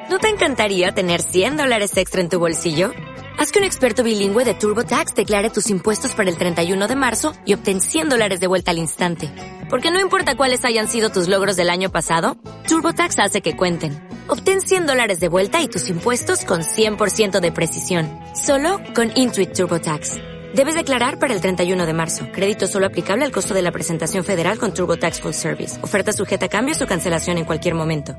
¿No te encantaría tener $100 extra en tu bolsillo? Haz que un experto bilingüe de TurboTax declare tus impuestos para el 31 de marzo y obtén $100 de vuelta al instante. Porque no importa cuáles hayan sido tus logros del año pasado, TurboTax hace que cuenten. Obtén $100 de vuelta y tus impuestos con 100% de precisión. Solo con Intuit TurboTax. Debes declarar para el 31 de marzo. Crédito solo aplicable al costo de la presentación federal con TurboTax Full Service. Oferta sujeta a cambios o cancelación en cualquier momento.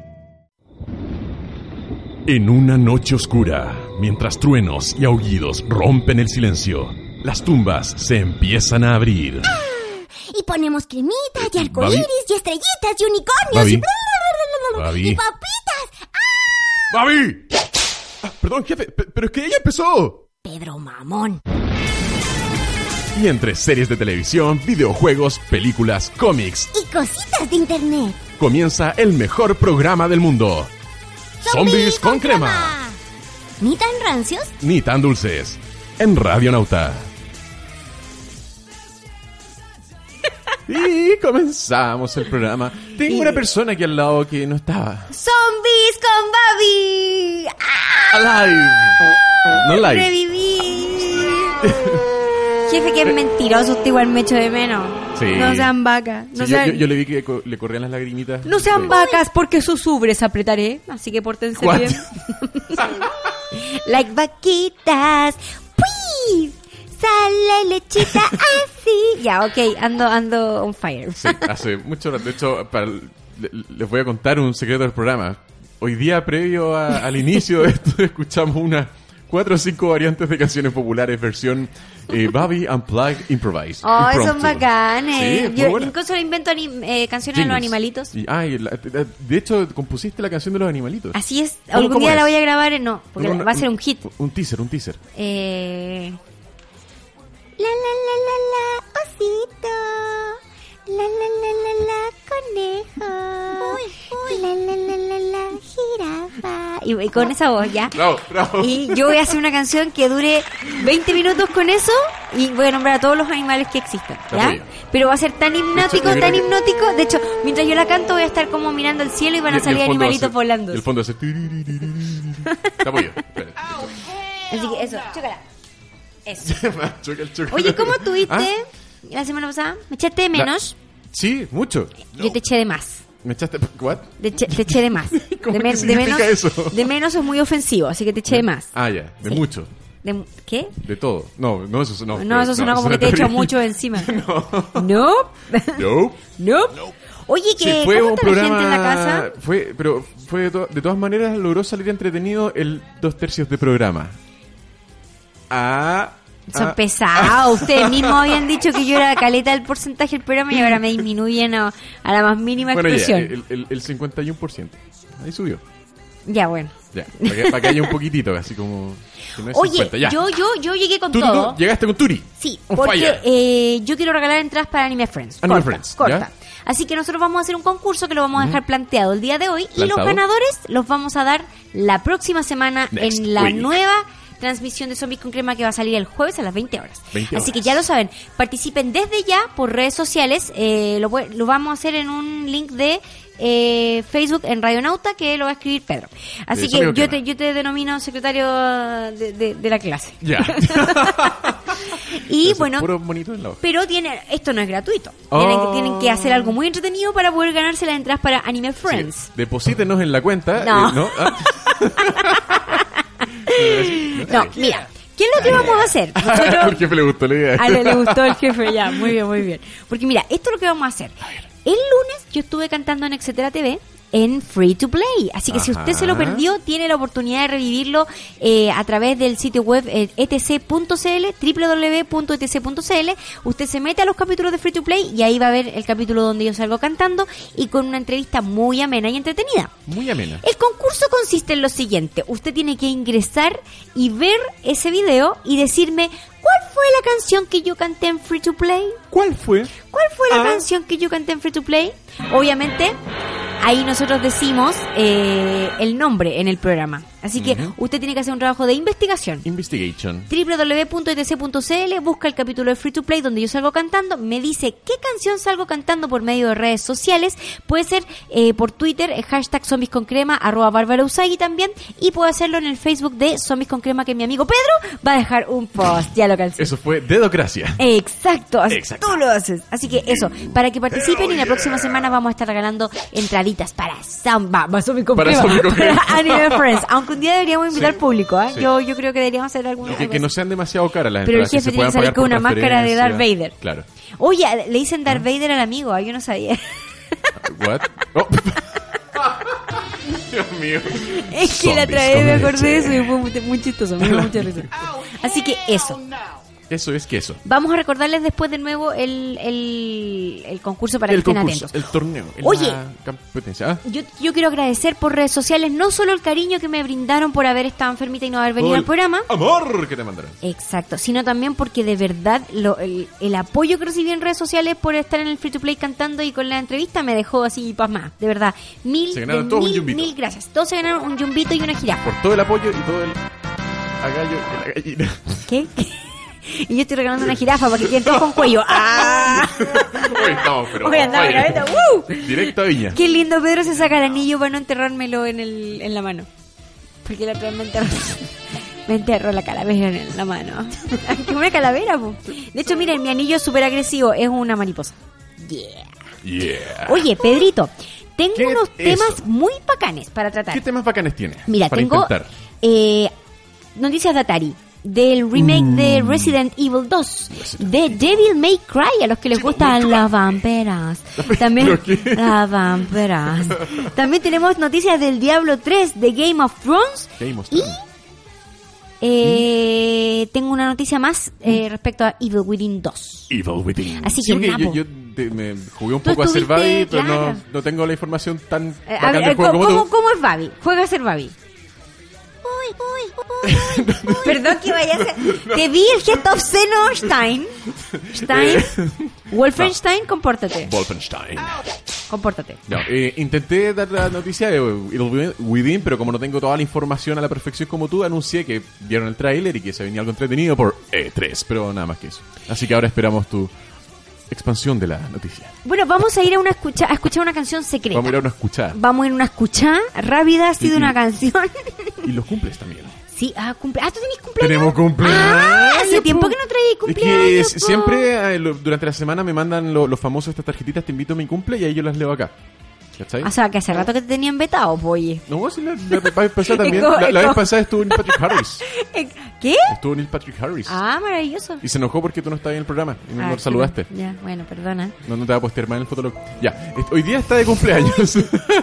En una noche oscura, mientras truenos y aullidos rompen el silencio, las tumbas se empiezan a abrir. Y ponemos cremitas y arcoíris y estrellitas y unicornios y papitas. ¡Babi! Perdón, jefe, pero es que ella empezó. Pedro Mamón. Y entre series de televisión, videojuegos, películas, cómics y cositas de internet, comienza el mejor programa del mundo. Zombies con crema. Ni tan rancios, ni tan dulces. En Radio Nauta. Y comenzamos el programa. Tengo una persona aquí al lado que no estaba. Zombies con Babi. Alive. No live. Reviví. Jefe, que es mentiroso, usted igual me echo de menos. Sí. No sean vacas. No Sí, sean... yo le vi que le corrían las lagrimitas. No sean vacas porque sus ubres apretaré. Así que pórtense What? bien. Like vaquitas. ¡Pui! Sale lechita así. Ya, ok, ando on fire. Sí, hace mucho rato. De hecho, les voy a contar un secreto del programa. Hoy día, previo al inicio de esto, escuchamos unas 4 o 5 variantes de canciones populares, versión Babi Unplugged Improvise. Oh, Impromptu. son bacanes. Sí, Yo incluso le invento canciones de los animalitos. De hecho, compusiste la canción de los animalitos. Así es. ¿Cómo Algún día es? la voy a grabar. No, porque va a ser un hit. Un teaser. La la la la la osito. La la la la la conejo. La la la la la jirafa. Y con esa voz ya. Bravo. Y yo voy a hacer una canción que dure 20 minutos con eso y voy a nombrar a todos los animales que existen, ¿ya? Apoyo. Pero va a ser tan hipnótico, tan hipnótico. De hecho, mientras yo la canto voy a estar como mirando el cielo y van a salir animalitos volando. Y el fondo hace... Te apoyo. Espera. Así que eso, chócala. Eso. Choca. Oye, ¿cómo estuviste la semana pasada? ¿Me echaste de menos? Sí, mucho. Yo te eché de más. ¿Me echaste? ¿What? Te eché de más. ¿Cómo de que significa eso? De menos es muy ofensivo, así que te eché de más. Ah, ya. De Sí. mucho. ¿Qué? De todo. No, eso no. No, eso suena como que te he hecho mucho encima. ¿No? ¿No? Oye, Sí, ¿cómo está la gente en la casa? Fue de todas maneras logró salir entretenido el 2/3 de programa. Son pesados. Ustedes mismos habían dicho que yo era caleta del porcentaje del programa y ahora me disminuyen a la más mínima expresión. Ya, el 51%. Ahí subió. Ya, bueno. Ya, para que haya un poquitito, así como... Que no es Oye, 50, ya. yo llegué con Tú todo. llegaste con Turi. Sí, On porque yo quiero regalar entradas para Anime Friends. Anime Friends, corta. ¿ya? Así que nosotros vamos a hacer un concurso que lo vamos a dejar planteado el día de hoy. Y los Lanzado. ganadores los vamos a dar la próxima semana Next en la week. nueva transmisión de Zombies con Crema que va a salir el jueves a las 20 horas. 20 Así que horas. ya lo saben, participen desde ya por redes sociales. Lo vamos a hacer en un link de Facebook en Radionauta que lo va a escribir Pedro. Así que Zombies con Crema. yo te denomino secretario de la clase. Ya. Y Entonces, bueno, puro bonito en la hoja. pero esto no es gratuito. Oh. Tienen que hacer algo muy entretenido para poder ganarse las entradas para Anime Friends. Sí, deposítenos en la cuenta. No. ¿No? No, mira, ¿qué es lo que vamos a hacer? Nosotros, Al jefe le gustó la idea. a le gustó el jefe, ya, muy bien, muy bien. Porque mira, esto es lo que vamos a hacer. El lunes yo estuve cantando en Etcétera TV en Free to Play. Así que si usted se lo perdió, tiene la oportunidad de revivirlo a través del sitio web etc.cl, www.etc.cl. Usted se mete a los capítulos de Free to Play y ahí va a ver el capítulo donde yo salgo cantando y con una entrevista muy amena y entretenida. Muy amena. El concurso consiste en lo siguiente. Usted tiene que ingresar y ver ese video y decirme ¿cuál fue la canción que yo canté en Free to Play? ¿Cuál fue? ¿Cuál fue la canción que yo canté en Free to Play? Obviamente, ahí nosotros decimos el nombre en el programa. Así que usted tiene que hacer un trabajo de investigación. Investigation. www.etc.cl, busca el capítulo de Free to Play donde yo salgo cantando, me dice qué canción salgo cantando por medio de redes sociales, puede ser por Twitter, hashtag zombies con crema, @barbarausagui también, y puede hacerlo en el Facebook de Zombies con Crema, que mi amigo Pedro va a dejar un post, ya lo calcé. Eso fue Dedocracia. Exacto, así Exacto. tú lo haces. Así que eso, para que participen y la próxima semana vamos a estar regalando entraditas para Zombies con Para Crema, Zombies con Crema. para Anime Friends, aunque un día deberíamos invitar Sí. público, ¿eh? Sí. Yo creo que deberíamos hacer alguna Que no sean demasiado caras las Pero el entradas, que jefe se tiene puedan que salir pagar con por una máscara de Darth transferencia. Vader. Claro. Oye, le dicen Darth Vader al amigo, yo no sabía. What? Oh. Dios mío. Es que la otra Zombies vez me con acordé de eso leche. y fue muy chistoso, me dio mucha risa. Así que eso. Eso es queso. Vamos a recordarles después de nuevo el concurso para que El estén concurso, atentos. el torneo, Oye. la competencia. Yo quiero agradecer por redes sociales no solo el cariño que me brindaron por haber estado enfermita y no haber venido al programa. Amor que te mandaron. Exacto, sino también porque de verdad el apoyo que recibí en redes sociales por estar en el Free to Play cantando y con la entrevista me dejó así pasmada, de verdad. Se ganaron todos un yumbito. Mil gracias. Todos se ganaron un yumbito y una jirafa. Por todo el apoyo y todo el agallo y la gallina. ¿Qué? Y yo estoy regalando una jirafa para que queden todos con cuello. ¡Ah! Hoy estamos, pero Oye, andaba oye, la beta, ¡woo! directo a Viña. Qué lindo, Pedro se saca el anillo para no enterrármelo en la mano. Porque la otra vez me enterró la calavera en la mano. Que una calavera, po. De hecho, miren, mi anillo es súper agresivo, es una mariposa. Yeah. Yeah. Oye, Pedrito, tengo ¿Qué unos es temas eso? muy bacanes para tratar. ¿Qué temas bacanes tiene? Mira, para tengo intentar? noticias de Atari, del remake de Resident Evil 2, de Devil May Cry, a los que les gustan las vampiras. También ¿Pero qué? las vampiras. También tenemos noticias del Diablo 3, de Game of Thrones. Game of Y Thrones. tengo una noticia más respecto a Evil Within 2. Evil Within. Así Sí, que, porque Napo. yo me jugué un Tú poco a ser estuviste, Babi, pero claro. no tengo la información tan A bacán ver, del juego como tú. ¿cómo es Babi? Juega a ser Babi. Perdón que vaya a ser. Te vi el Head of Xenostein. Wolfenstein, compórtate. Wolfenstein. Compórtate. No, intenté dar la noticia de Evil Within, pero como no tengo toda la información a la perfección como tú, anuncié que vieron el tráiler y que se venía algo entretenido por E3, pero nada más que eso. Así que ahora esperamos tu expansión de la noticia. Bueno, vamos a ir a escuchar una canción secreta. Vamos a ir a una escuchada. Vamos a ir a una escuchada rápida, así de una canción. Y los cumples también. Sí, ¿tú tenés cumpleaños? Tenemos cumpleaños. Hace tiempo que no traí cumpleaños. Es que po. siempre durante la semana me mandan los famosos estas tarjetitas, te invito a mi cumple y ahí yo las leo acá. ¿Cachai? O sea, que hace rato que te tenían vetado, po, oye. No, sí, la vez pasada también. Es como- La es vez como- pasada estuvo Neil Patrick Harris. ¿Qué? Estuvo Neil Patrick Harris. Ah, maravilloso. Y se enojó porque tú no estabas en el programa y no Ah, lo saludaste. Ya, bueno, perdona. No te va a postear más en el Fotolog. Ya, hoy día está de cumpleaños.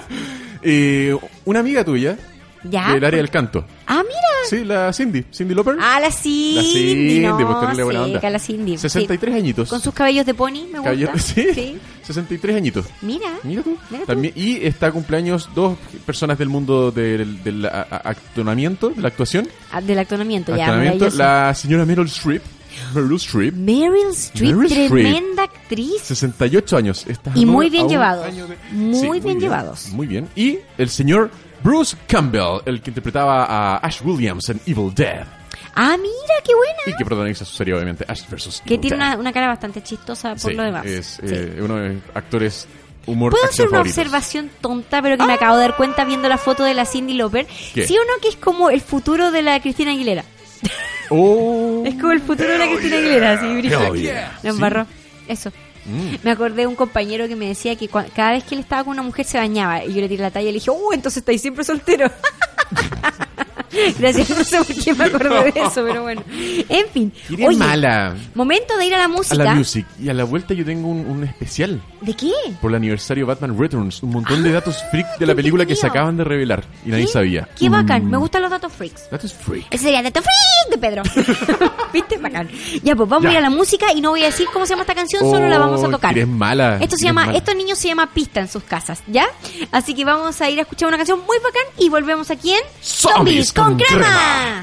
Una amiga tuya ¿Ya? del área del canto. Ah, mira. Sí, la Cindy Lauper. Ah, la Cindy. La Cindy, no, por tenerle buena onda. seca, la Cindy. 63 Sí. añitos. Con sus cabellos de pony, me gusta. Sí, 63 añitos. Mira. Mira tú. Mira tú. También, y está cumpleaños dos personas del mundo del actonamiento, de la actuación. Ah, del actonamiento, ya, Actonamiento, maravilloso. la señora Meryl Streep. Meryl Streep, Meryl Streep. tremenda actriz. 68 años. Está Y muy a bien un llevados. año de- Muy bien llevados. Muy bien. Y el señor Bruce Campbell, el que interpretaba a Ash Williams en Evil Dead. Ah, mira, qué buena. Y que protagoniza su serie, obviamente, Ash vs. Que Evil tiene Dead. una cara bastante chistosa por Sí, lo demás. es Sí. uno de los actores humor ¿Puedo acción hacer una favoritos. observación tonta, pero que me acabo de dar cuenta viendo la foto de la Cyndi Lauper? ¿Qué? ¿Sí o no que es como el futuro de la Cristina Aguilera? Oh. Es como el futuro de la Cristina Aguilera, así, brígido. Hell yeah. Lo Sí. embarró. Eso. Me acordé de un compañero que me decía que cada vez que él estaba con una mujer se bañaba. Y yo le tiré la talla y le dije, entonces estáis siempre soltero. Gracias, no sé por qué me acordé de eso, pero bueno. En fin. Eres Oye, mala. momento de ir a la A música. la music. Y a la vuelta yo tengo un especial ¿De qué? por el aniversario Batman Returns. Un montón de datos freak de la película que se entretenido. acaban de revelar. Y nadie ¿Qué? sabía. Qué bacán, me gustan los datos freaks. Datos freak. Ese sería Dato Freak de Pedro. ¿Viste? Bacán. Ya, pues vamos Ya. a ir a la música y no voy a decir cómo se llama esta canción, solo la vamos a tocar. Eres mala. Esto se Eres llama, mala. estos niños se llama pista en sus casas, ¿ya? Así que vamos a ir a escuchar una canción muy bacán y volvemos aquí en Zombies con crema.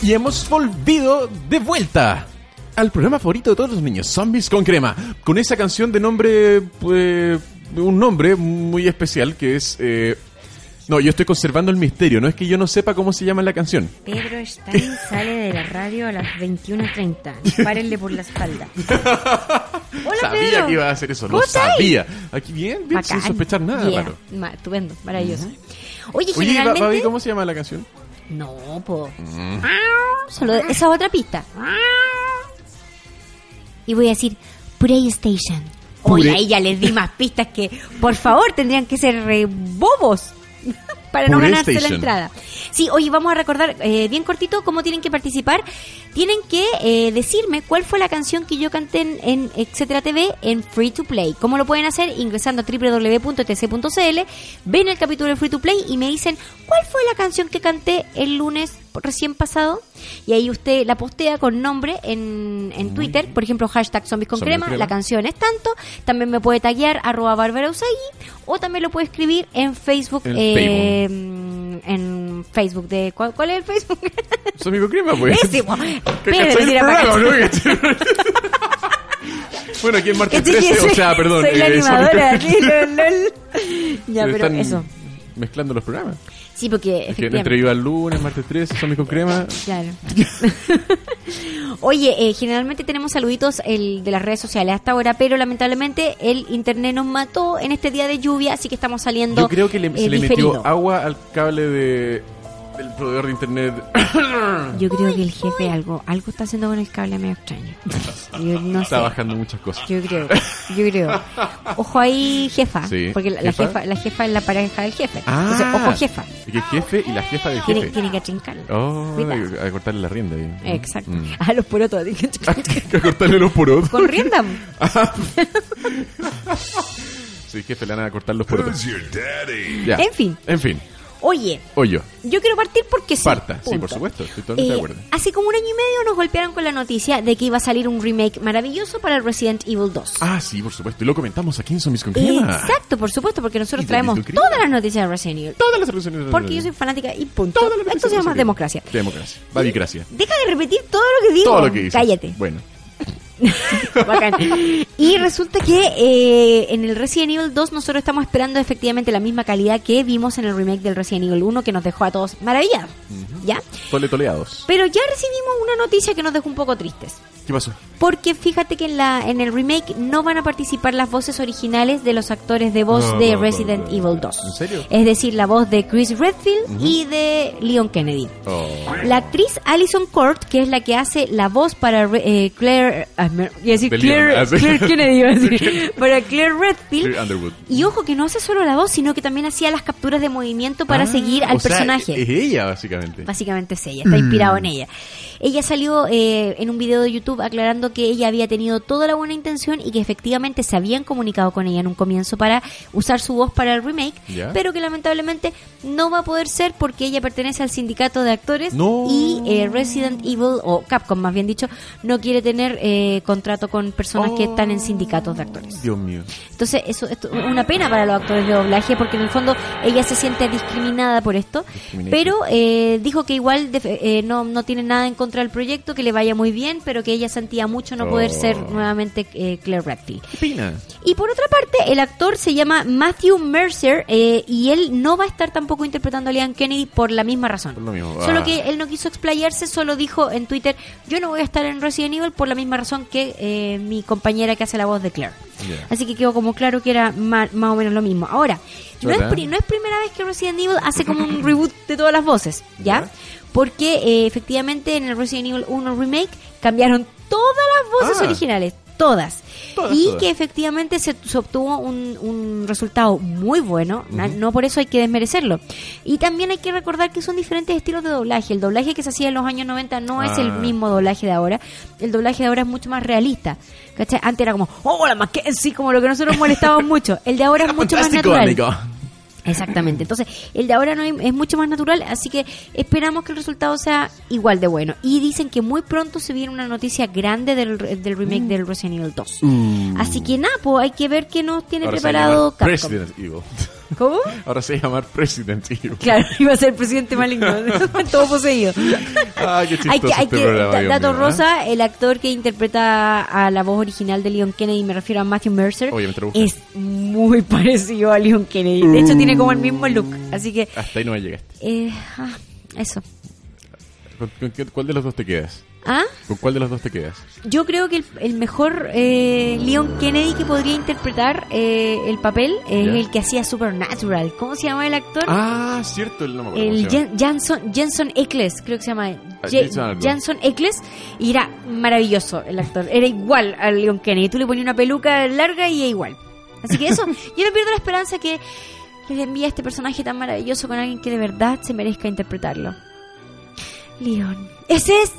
Y hemos volvido de vuelta al programa favorito de todos los niños, Zombies con Crema, con esa canción de nombre, un nombre muy especial que es... No, yo estoy conservando el misterio, no es que yo no sepa cómo se llama la canción. Pedro Stein sale de la radio a las 21:30. Párenle por la espalda. Hola, sabía Pedro. que iba a hacer eso, lo ¿Cómo estáis? sabía. Aquí bien, sin Bacán. sospechar nada, Yeah. Paro. Estupendo, maravilloso. Oye, Oye, generalmente... Babi, ¿cómo se llama la canción? No, po. Solo esa otra pista. Y voy a decir PlayStation. Oye, ahí ya les di más pistas que, por favor, tendrían que ser bobos para no ganarse la PlayStation. entrada. Sí, oye, vamos a recordar bien cortito cómo tienen que participar. Tienen que decirme cuál fue la canción que yo canté en Etcétera TV en Free to Play. ¿Cómo lo pueden hacer? Ingresando a www.tc.cl, ven el capítulo de Free to Play y me dicen cuál fue la canción que canté el lunes recién pasado. Y ahí usted la postea con nombre en Twitter, por ejemplo, hashtag Zombies con Zombies crema, crema. la canción es tanto. También me puede taguear @barbarausagui, o también lo puede escribir en Facebook. En Facebook de ¿cuál es el Facebook? Zombie con Crema, pues. Ese, po. ¿Qué Pedro, cachai el tira pa' programa, acá. no? Bueno, aquí en Martes Que 13, soy- o sea, perdón. soy la Zombie con animadora Crema. aquí, lol. Ya, Se pero están eso. mezclando los programas. Sí, porque Es que efectivamente. entre Viva el lunes, Martes 13, Zombies con Crema. Claro. Oye, generalmente tenemos saluditos de las redes sociales hasta ahora, pero lamentablemente el internet nos mató en este día de lluvia, así que estamos saliendo. Yo creo que se le diferido. metió agua al cable del proveedor de internet. Yo creo que el jefe algo está haciendo con el cable medio extraño. Yo no Está sé. bajando muchas cosas. Yo creo. Ojo ahí, jefa. Sí. Porque la jefa es la pareja del jefe. Entonces, ojo, jefa. Que el jefe y la jefa del Tiene, jefe. tiene que achincarla. Oh, Cuidado. a cortarle la rienda ahí. Exacto. Mm. A los porotos. A cortarle los porotos. Con rienda. Sí, jefe, le van a cortar los porotos. Ya. En fin. Oye, Oye, yo quiero partir porque sí. parta. Sí, punto. por supuesto. Estoy totalmente de acuerdo. Hace como 1 año y medio nos golpearon con la noticia de que iba a salir un remake maravilloso para el Resident Evil 2. Ah, sí, por supuesto. Y lo comentamos aquí en Zombies con Crema. Exacto, por supuesto, porque nosotros Y traemos Zombies con todas Crema. las noticias de Resident Evil. Todas las resoluciones. Porque yo soy fanática y punto. Todas las Esto se llama resoluciones. democracia. Democracia. Babicracia. Deja de repetir todo lo que digo. Todo lo que dices. Cállate. Bueno. Bacán. Y resulta que en el Resident Evil 2 nosotros estamos esperando efectivamente la misma calidad que vimos en el remake del Resident Evil 1, que nos dejó a todos maravillados. ¿Ya? Toleados. Pero ya recibimos una noticia que nos dejó un poco tristes. ¿Qué pasó? Porque fíjate que en el remake no van a participar las voces originales de los actores de voz de Resident Evil 2. ¿En serio? Es decir, la voz de Chris Redfield y de Leon Kennedy. Oh. La actriz Alison Court, que es la que hace la voz para Claire... iba a decir De Claire, Leon, ah, sí. Claire Kennedy, iba a decir. Para Claire Redfield. Claire Underwood. Y ojo que no hace solo la voz, sino que también hacía las capturas de movimiento para seguir al o sea, personaje. es ella, básicamente. Básicamente es ella, está inspirado en ella. Ella salió en un video de YouTube aclarando que ella había tenido toda la buena intención y que efectivamente se habían comunicado con ella en un comienzo para usar su voz para el remake, Ya. pero que lamentablemente no va a poder ser porque ella pertenece al sindicato de actores No. y Resident Evil, o Capcom más bien dicho, no quiere tener contrato con personas que están en sindicatos de actores. Dios mío. Entonces, esto es una pena para los actores de doblaje porque en el fondo ella se siente discriminada por esto, pero dijo que igual no tiene nada en contra del proyecto, que le vaya muy bien, pero que ella sentía mucho no poder ser nuevamente Claire Redfield. ¿Qué pena? Y por otra parte, el actor se llama Matthew Mercer y él no va a estar tampoco interpretando a Leon Kennedy por la misma razón. Por lo mismo. Solo que él no quiso explayarse, solo dijo en Twitter, yo no voy a estar en Resident Evil por la misma razón que mi compañera que hace la voz de Claire. Ya. Así que quedó como claro que era más o menos lo mismo. Ahora, no es primera vez que Resident Evil hace como un reboot de todas las voces, ¿ya? Ya. Porque efectivamente en el Resident Evil 1 Remake cambiaron todas las voces originales, todas. Y Todas. que efectivamente se obtuvo un resultado muy bueno, no por eso hay que desmerecerlo. Y también hay que recordar que son diferentes estilos de doblaje. El doblaje que se hacía en los años 90 no es el mismo doblaje de ahora. El doblaje de ahora es mucho más realista. ¿Cachai? Antes era como, ¡oh, la Mackenzie! Como lo que nosotros molestábamos mucho. El de ahora es mucho más Fantástico, natural. amigo. Exactamente, entonces el de ahora es mucho más natural, así que esperamos que el resultado sea igual de bueno. Y dicen que muy pronto se viene una noticia grande del remake del Resident Evil 2. Así que nada, pues hay que ver qué nos tiene Ahora se preparado llama Capcom. Resident Evil. ¿Cómo? Ahora se va a llamar President Evil. Claro, iba a ser presidente maligno. Todo poseído. Ah, qué chistoso este programa, Dios dato mío, rosa, el actor que interpreta a la voz original de Leon Kennedy, me refiero a Matthew Mercer, Obviamente lo busqué. es muy parecido a Leon Kennedy. De hecho, tiene como el mismo look. Así que, Hasta ahí no me llegaste. eso. ¿Cuál de los dos te quedas? ¿Ah? ¿Con cuál de los dos te quedas? Yo creo que el mejor Leon Kennedy que podría interpretar el papel es Ya. el que hacía Supernatural. ¿Cómo se llama el actor? Ah, cierto, no me acuerdo. El cómo se llama. Jenson Ackles, creo que se llama. Jenson algo. Jenson Ackles. Y era maravilloso el actor. Era igual a Leon Kennedy. Tú le ponías una peluca larga y era igual. Así que eso, yo no pierdo la esperanza que les envíe a este personaje tan maravilloso con alguien que de verdad se merezca interpretarlo. Leon. ¡Ese es!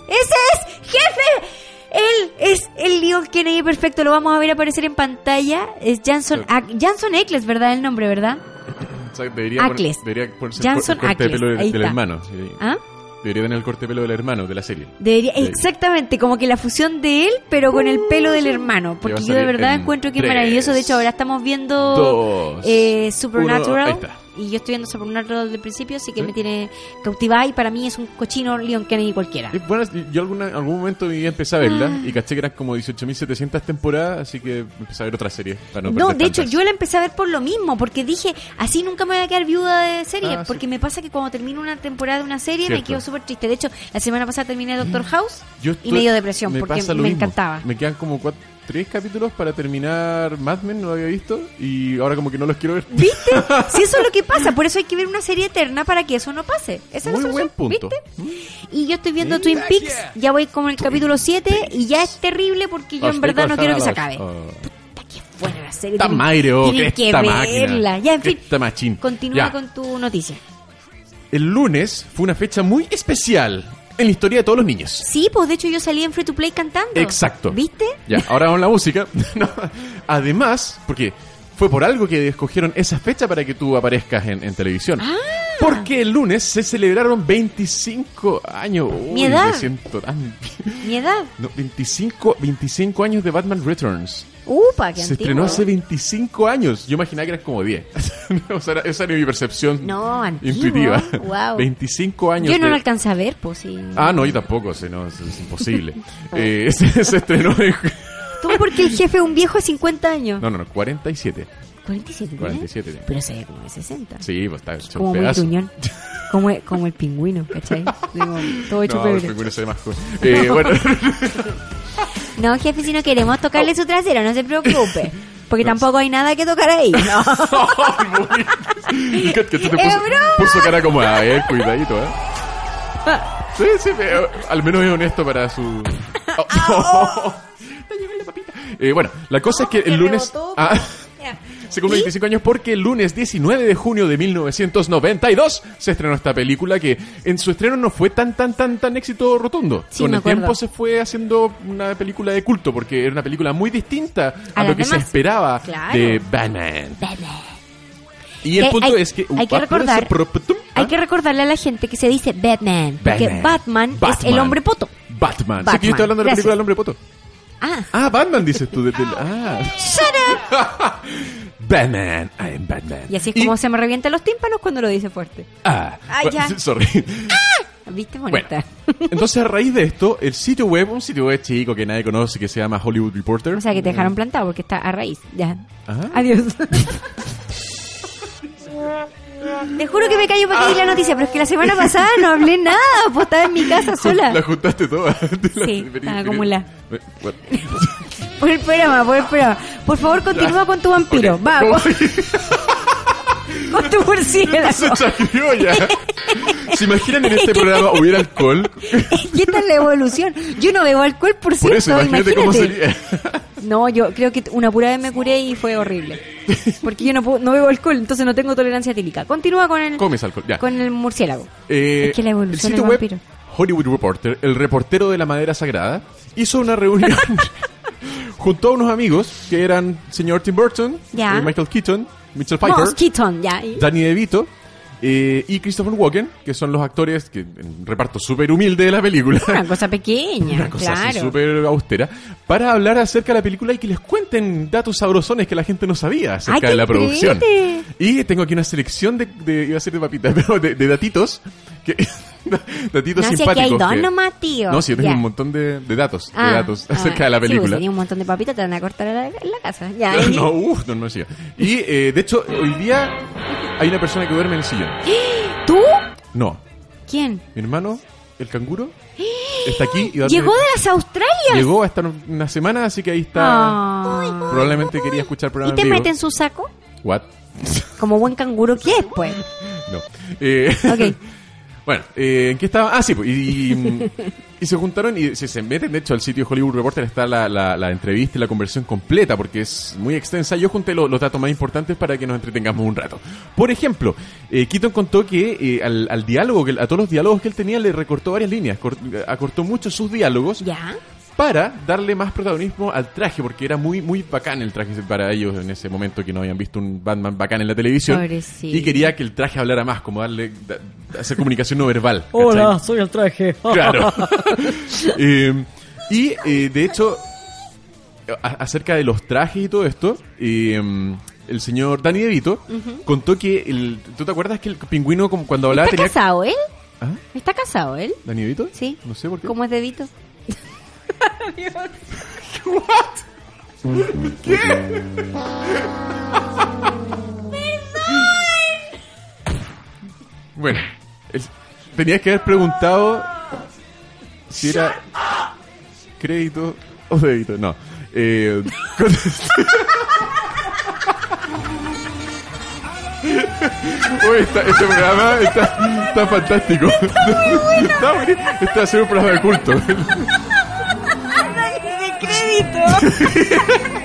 ¡Jefe! Él es el Leon Kennedy perfecto. Lo vamos a ver aparecer en pantalla. Es Jenson Ackles, ¿verdad? El nombre, ¿verdad? O sea, debería ponerse Jenson el corte de pelo Ackles, ahí del está. hermano. Sí. ¿Ah? Debería tener el corte de pelo del hermano de la serie. Debería, Sí. exactamente, como que la fusión de él, pero con el pelo del hermano. Porque va a yo de salir verdad en encuentro que es 3, maravilloso. De hecho, ahora estamos viendo 2, Supernatural. 1, ahí está. Y yo estoy viendo Supernatural desde el principio, así que Sí. me tiene cautivada. Y para mí es un cochino Leon Kennedy cualquiera. Es buena, yo algún momento de mi vida empecé a verla y caché que eran como 18.700 temporadas, así que empecé a ver otra serie. Para No, perder de hecho, tantas. yo la empecé a ver por lo mismo, porque dije, así nunca me voy a quedar viuda de serie, Ah, sí. porque me pasa que cuando termino una temporada de una serie me Cierto. quedo súper triste. De hecho, la semana pasada terminé Doctor House Yo y me dio depresión, me porque pasa lo me mismo. encantaba. Me quedan como 3 capítulos para terminar Mad Men, no lo había visto, y ahora como que no los quiero ver. ¿Viste? Si eso es lo que pasa, por eso hay que ver una serie eterna para que eso no pase. Esa es la Muy buen solución, punto. ¿viste? Y yo estoy viendo Mira Twin Peaks, que- ya voy como en el capítulo 7 y ya es terrible porque yo en verdad no quiero que se acabe. Oh. Qué buena la serie. Esta tienen- Mayre, oh, tienen que que esta verla. máquina. Ya, en que fin. esta machín. Continúa Ya. con tu noticia. El lunes fue una fecha muy especial en la historia de todos los niños. Sí, pues de hecho yo salí en Free to Play cantando. Exacto. ¿Viste? Ya, ahora vamos a la música. No, además, porque fue por algo que escogieron esa fecha para que tú aparezcas en televisión. Ah. Porque el lunes se celebraron 25 años. Uy, Mi edad. me siento tan... Mi edad. No, 25 años de Batman Returns. Upa, qué Se antiguo. estrenó hace 25 años. Yo imaginaba que eran como 10. O sea, esa era mi percepción No, antiguo. intuitiva. Wow. 25 años. Yo no de- lo alcancé a ver, pues sí. Ah, no, yo tampoco. Sí, no, es imposible. Se estrenó en... ¿Cómo porque el jefe es un viejo de 50 años? No, 47. 47, ¿tiene? 47 tiene. Pero se ve como de 60. Sí, pues está hecho Como un muy pedazo. gruñón. Como el pingüino, ¿cachai? Digo, todo hecho No, el pebre. pingüino se ve más joven. Bueno, No, jefe, si no queremos tocarle su trasero, no se preocupe. Porque tampoco hay nada que tocar ahí. No. que te ¡Es broma! puso cara como, cuidadito, Sí, sí, pero al menos es honesto para su... Está llegando la papita. Bueno, la cosa es que el que lunes... rebotó. Ya. Se cumple 25 años porque el lunes 19 de junio de 1992 se estrenó esta película que en su estreno no fue tan éxito rotundo. Sí, Con me el acuerdo. tiempo se fue haciendo una película de culto porque era una película muy distinta a A lo las que se demás. esperaba Claro. de Batman. Batman. Y el Que punto hay- es que... hay que recordar- Hay que recordarle a la gente que se dice Batman. Porque Batman es el hombre poto. Batman. Sí, Batman. que yo estoy hablando de la Gracias. película del hombre poto. Ah. Ah, Batman dices tú. ¡Shut Batman, I am Batman. Y así es como se me revientan los tímpanos cuando lo dice fuerte. Ah, Ay, ya. sorry. ¿Viste, Bueno, bonita? entonces a raíz de esto, el sitio web, un sitio web chico que nadie conoce, que se llama Hollywood Reporter. O sea, que te dejaron plantado porque está a raíz. Ya. Ajá. Adiós. Te juro que me callo para que di la noticia, pero es que la semana pasada no hablé nada, pues estaba en mi casa sola. La juntaste toda. Sí, estaba acumulada. Bueno. Por el programa. Por favor, continúa con tu vampiro. Ok. Vamos, ¿Cómo? con tu murciélago. Se chacriolla. ¿Se imaginan en este programa hubiera alcohol? ¿Qué tal la evolución? Yo no bebo alcohol, por Por eso, cierto, imagínate cómo sería. No, yo creo que una pura vez me curé y fue horrible. Porque yo no bebo alcohol, entonces no tengo tolerancia etílica. Continúa con el, Comes alcohol, ya. con el murciélago. Es que la evolución el sitio del web vampiro. Hollywood Reporter, el reportero de la madera sagrada, hizo una reunión junto a unos amigos que eran señor Tim Burton, Ya. Michael Keaton, Mitchell Pfeiffer, Moss Keaton, ya. ¿Y? Danny DeVito y Christopher Walken, que son los actores que en reparto súper humilde de la película. Una cosa pequeña, Una cosa así claro. súper austera, para hablar acerca de la película y que les cuenten datos sabrosones que la gente no sabía acerca ¡Ay, de la qué producción. entrete! Y tengo aquí una selección de iba a ser de papitas, pero de datitos, que, datitos No sé, simpáticos. que hay dos que- nomás, tío. No, sí, yo tengo Ya. un montón de datos acerca de la Sí, película. pues, tenía un montón de papitas, te van a cortar en la casa. Ya, No siga. Y de hecho, hoy día hay una persona que duerme en el sillón. ¿Tú? No, ¿Quién? mi hermano, el canguro, está aquí y duerme. Llegó de las Australias. Llegó a estar una semana, así que ahí está. Ah. Probablemente quería escuchar el ¿Y programa te en vivo. mete en su saco? What? Como buen canguro que es, pues. No. Ok. Bueno, ¿en qué estaba? Ah, sí, pues, y se juntaron y se meten, de hecho, al sitio Hollywood Reporter está la entrevista y la conversación completa, porque es muy extensa. Yo junté los datos más importantes para que nos entretengamos un rato. Por ejemplo, Keaton contó que al diálogo, a todos los diálogos que él tenía, le recortó varias líneas, acortó mucho sus diálogos Ya. para darle más protagonismo al traje, porque era muy muy bacán el traje para ellos en ese momento, que no habían visto un Batman bacán en la televisión. Pobrecito. Y quería que el traje hablara más, como hacer comunicación no verbal. Hola, ¿cachai? soy el traje. Claro. De hecho, acerca de los trajes y todo esto, el señor Danny DeVito contó que ¿tú te acuerdas que el pingüino cuando hablaba ¿Está tenía... casado él? ¿Ah? ¿Está casado él? ¿Danny DeVito? Sí. No sé por qué. ¿Cómo es dedito? Bueno, tenías que haber preguntado si era crédito o débito. No. Oye, este programa está fantástico. Está buenísimo. Este va a ser un programa de culto. ¡De crédito!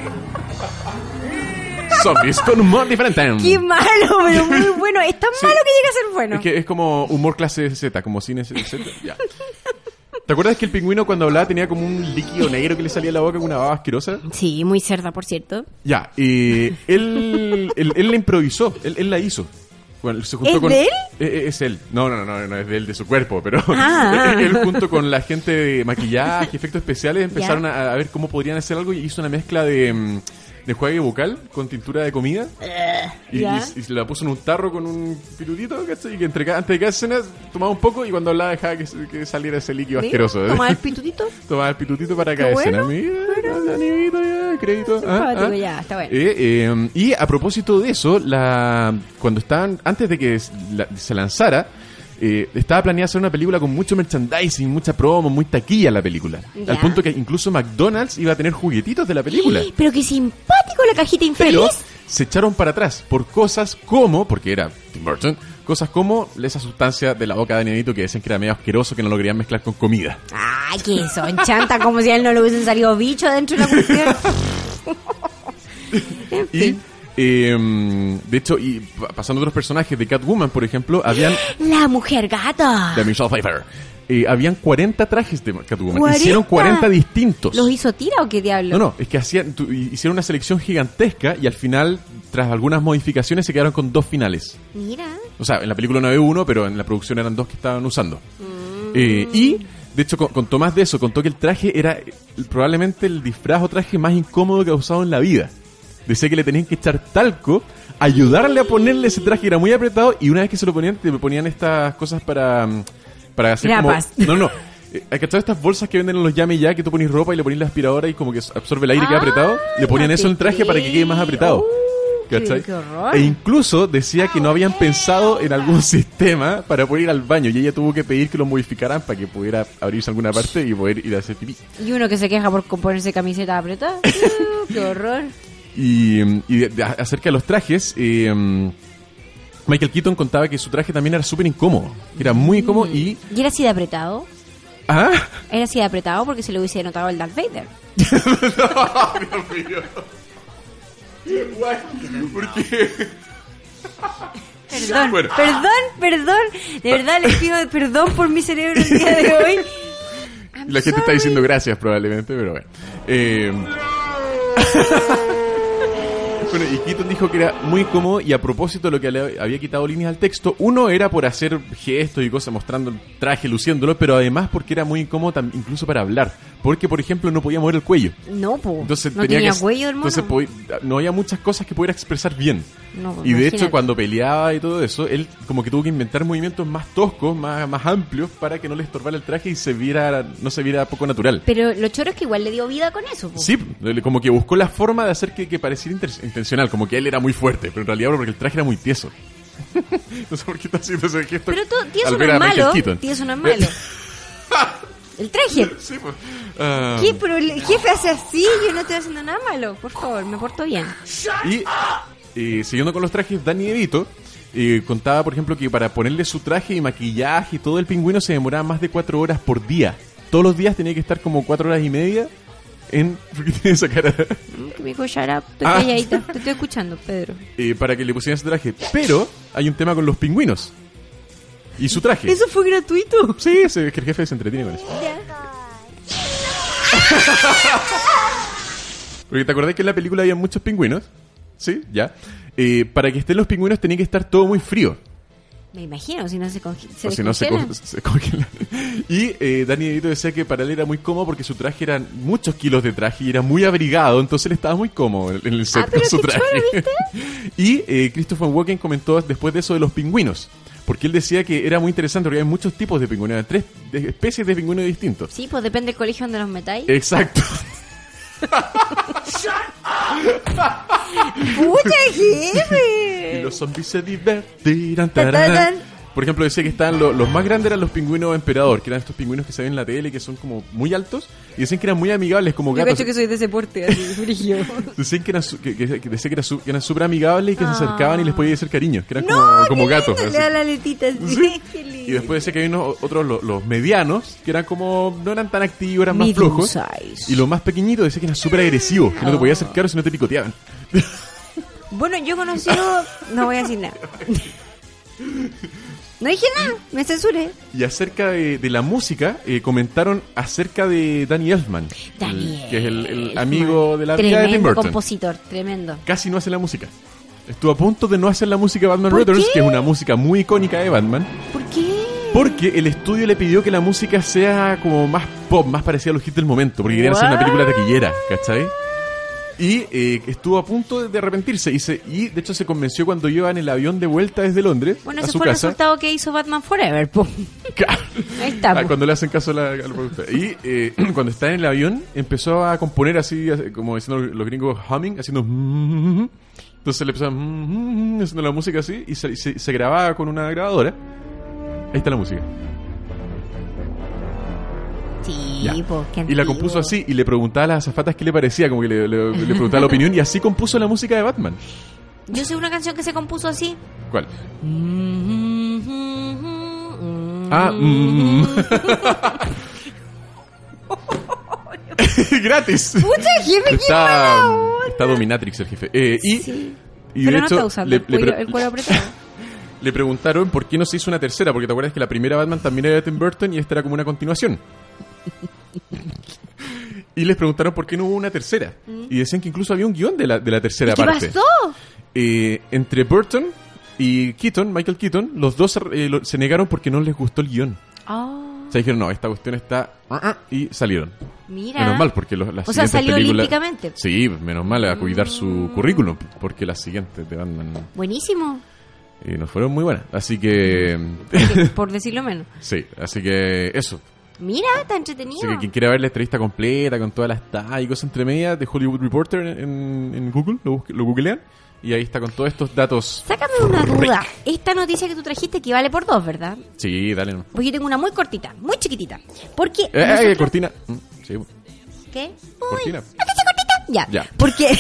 Zombies con humor diferente. ¡Qué malo, pero muy bueno! Es tan Sí. malo que llega a ser bueno. Es que es como humor clase Z, como cine Z. Ya. ¿Te acuerdas que el pingüino cuando hablaba tenía como un líquido negro que le salía de la boca con una baba asquerosa? Sí, muy cerda, por cierto. Ya, él la improvisó, él la hizo. Bueno, se juntó ¿Es de él? Es él. No es de él, de su cuerpo, pero Ah. él junto con la gente de maquillaje, efectos especiales, empezaron a ver cómo podrían hacer algo y hizo una mezcla de enjuague bucal con tintura de comida y se la puso en un tarro con un pitutito, ¿cachai? Y que antes de cada escena tomaba un poco y cuando hablaba dejaba que saliera ese líquido Mira, asqueroso. toma el pitutito. Tomaba el pitutito para Qué cada bueno, escena. Mira, animito ya, crédito. Simpático, ya, está bueno. Y a propósito de eso, cuando estaban, antes de que se lanzara, estaba planeada hacer una película con mucho merchandising, mucha promo, muy taquilla la película. Ya. Al punto que incluso McDonald's iba a tener juguetitos de la película. Pero qué simpático la cajita infeliz. Pero se echaron para atrás por cosas como, porque era Tim Burton, cosas como esa sustancia de la boca de Danny DeVito que decían que era medio asqueroso, que no lo querían mezclar con comida. Ay, que son chanta, como si a él no le hubiesen salido bichos dentro de la cuestión. Y de hecho, pasando a otros personajes de Catwoman, por ejemplo, habían La mujer gata. de Michelle Pfeiffer. Habían 40 trajes de Catwoman. 40. Hicieron 40 distintos. ¿Los hizo tira o qué diablo? No, es que hicieron una selección gigantesca y al final, tras algunas modificaciones, se quedaron con 2 finales. Mira. O sea, en la película no había 1, pero en la producción eran 2 que estaban usando. Y, de hecho, contó más de eso. Contó que el traje era probablemente el disfraz o traje más incómodo que ha usado en la vida. Decía que le tenían que echar talco, ayudarle a ponerle ese traje que era muy apretado y una vez que se lo ponían, te ponían estas cosas para hacer Grapas. como... No. ¿Hay cachado estas bolsas que venden en los Yame Ya que tú pones ropa y le pones la aspiradora y como que absorbe el aire y queda apretado? Le ponían no eso te en el traje para que quede más apretado. ¿Cachai? qué horror. E incluso decía que no habían pensado en algún sistema para poder ir al baño y ella tuvo que pedir que lo modificaran para que pudiera abrirse alguna parte y poder ir a hacer pipí. Y uno que se queja por ponerse camiseta apretada. Qué horror. Y acerca de los trajes, Michael Keaton contaba que su traje también era súper incómodo. Era muy incómodo y... ¿Y era así de apretado? ¿Ah? Era así de apretado porque se le hubiese notado el Darth Vader. No, Dios mío. Guay, ¿por qué? Perdón, Bueno. perdón. De verdad les pido perdón por mi cerebro el día de hoy. Y la gente está diciendo gracias probablemente, pero bueno. Bueno, y Keaton dijo que era muy cómodo y a propósito lo que le había quitado líneas al texto, uno era por hacer gestos y cosas mostrando el traje, luciéndolo, pero además porque era muy incómodo incluso para hablar, porque por ejemplo no podía mover el cuello. No, po. Entonces no tenía tenía que, cuello el mono. entonces no había muchas cosas que pudiera expresar bien. No, y de imagínate. hecho cuando peleaba y todo eso, él como que tuvo que inventar movimientos más toscos, más amplios para que no le estorbara el traje y no se viera poco natural. Pero lo choro es que igual le dio vida con eso, po. Sí, como que buscó la forma de hacer que pareciera intencional, como que él era muy fuerte, pero en realidad porque el traje era muy tieso. No sé por qué está haciendo ese gesto. Pero tieso al no ver es a Michael malo. Keaton. Tieso no es malo. El traje. Sí, pues. ¿Qué? Pero el jefe hace así, yo no estoy haciendo nada malo. Por favor, me porto bien. Y siguiendo con los trajes, Danny DeVito contaba, por ejemplo, que para ponerle su traje y maquillaje y todo el pingüino se demoraba más de 4 horas por día. Todos los días tenía que estar como 4 horas y media ¿Por qué tiene esa cara? Me dijo, shut up, estoy calladita. Te estoy escuchando, Pedro. Para que le pusieran ese traje. Pero hay un tema con los pingüinos y su traje. ¿Eso fue gratuito? Sí, es que el jefe se entretiene con eso. Porque te acordás que en la película había muchos pingüinos. Sí, ya. Para que estén los pingüinos tenía que estar todo muy frío. Me imagino, si no se o si no se congelan. Y Danny DeVito decía que para él era muy cómodo porque su traje eran muchos kilos de traje y era muy abrigado, entonces él estaba muy cómodo en el set con su traje. Choro, Y Christopher Walken comentó después de eso de los pingüinos, porque él decía que era muy interesante porque hay muchos tipos de pingüinos, hay 3 especies de pingüinos distintos. Sí, pues depende del colegio donde los metáis. Exacto. ¡Pucha, jefe! Y los zombies se divertirán. Tararán. Por ejemplo, decía que estaban los más grandes eran los pingüinos emperador, que eran estos pingüinos que se ven en la tele, que son como muy altos, y decían que eran muy amigables como Yo gatos. cacho que soy de ese porte, así, frío. Decían que eran súper amigables y que se acercaban y les podía hacer cariño, que eran como gatos. Le da la letita así. Sí. Qué lindo. Y después decía que había otros, los medianos, que eran como, no eran tan activos, eran más flojos. Size. Y los más pequeñitos decía que eran súper agresivos, que no te podías acercar o si no te picoteaban. Bueno, yo he conocido... No voy a decir nada. No dije nada, me censuré. Y acerca de la música, comentaron acerca de Danny Elfman, que es el amigo de la vida de Tim Burton. Compositor, tremendo. Casi no hace la música. Estuvo a punto de no hacer la música de Batman ¿Por Returns, qué? que es una música muy icónica de Batman, ¿Por qué? porque el estudio le pidió que la música sea como más pop, más parecida a los hits del momento, porque querían hacer una película taquillera, ¿cachai? Y estuvo a punto de arrepentirse y de hecho se convenció cuando iba en el avión de vuelta desde Londres Bueno, a ese su fue el casa. resultado que hizo Batman Forever, po. Ahí está, po. Cuando le hacen caso a la productora. Y cuando está en el avión empezó a componer así como diciendo los gringos humming, haciendo entonces le empezó haciendo la música así y se grababa con una grabadora. Ahí está la música. Sí, Ya. po, qué Y la antiguo. compuso así y le preguntaba a las azafatas qué le parecía, como que le preguntaba la opinión y así compuso la música de Batman. Yo sé una canción que se compuso así. ¿Cuál? Gratis. Pucha, jefe, qué mala onda. Está Dominatrix el jefe. Sí. Y Pero de no hecho está usando el cuero apretado. le preguntaron por qué no se hizo una tercera, porque te acuerdas que la primera Batman también era de Tim Burton y esta era como una continuación. Y les preguntaron por qué no hubo una tercera. Y decían que incluso había un guión de la tercera ¿Qué parte. pasó? Entre Burton y Keaton, Michael Keaton, los dos se negaron porque no les gustó el guión. O sea, dijeron, no, esta cuestión está... y salieron. Mira. Menos mal, porque las O sea, siguientes salió películas... olímpicamente. Sí, menos mal a cuidar su currículum, porque las siguientes de Batman Buenísimo. no fueron muy buenas. Así que... Por decirlo menos. sí, así que eso. Mira, está entretenido. Así que quien quiera ver la entrevista completa con todas las tallas y cosas entre medias de Hollywood Reporter en Google, lo googlean y ahí está con todos estos datos. Sácame una duda. Esta noticia que tú trajiste equivale por 2, ¿verdad? Sí, dale. No. Porque yo tengo una muy cortita, muy chiquitita. Porque... cortina. Sí, ¿Qué? cortina. Ya. Ya. Porque...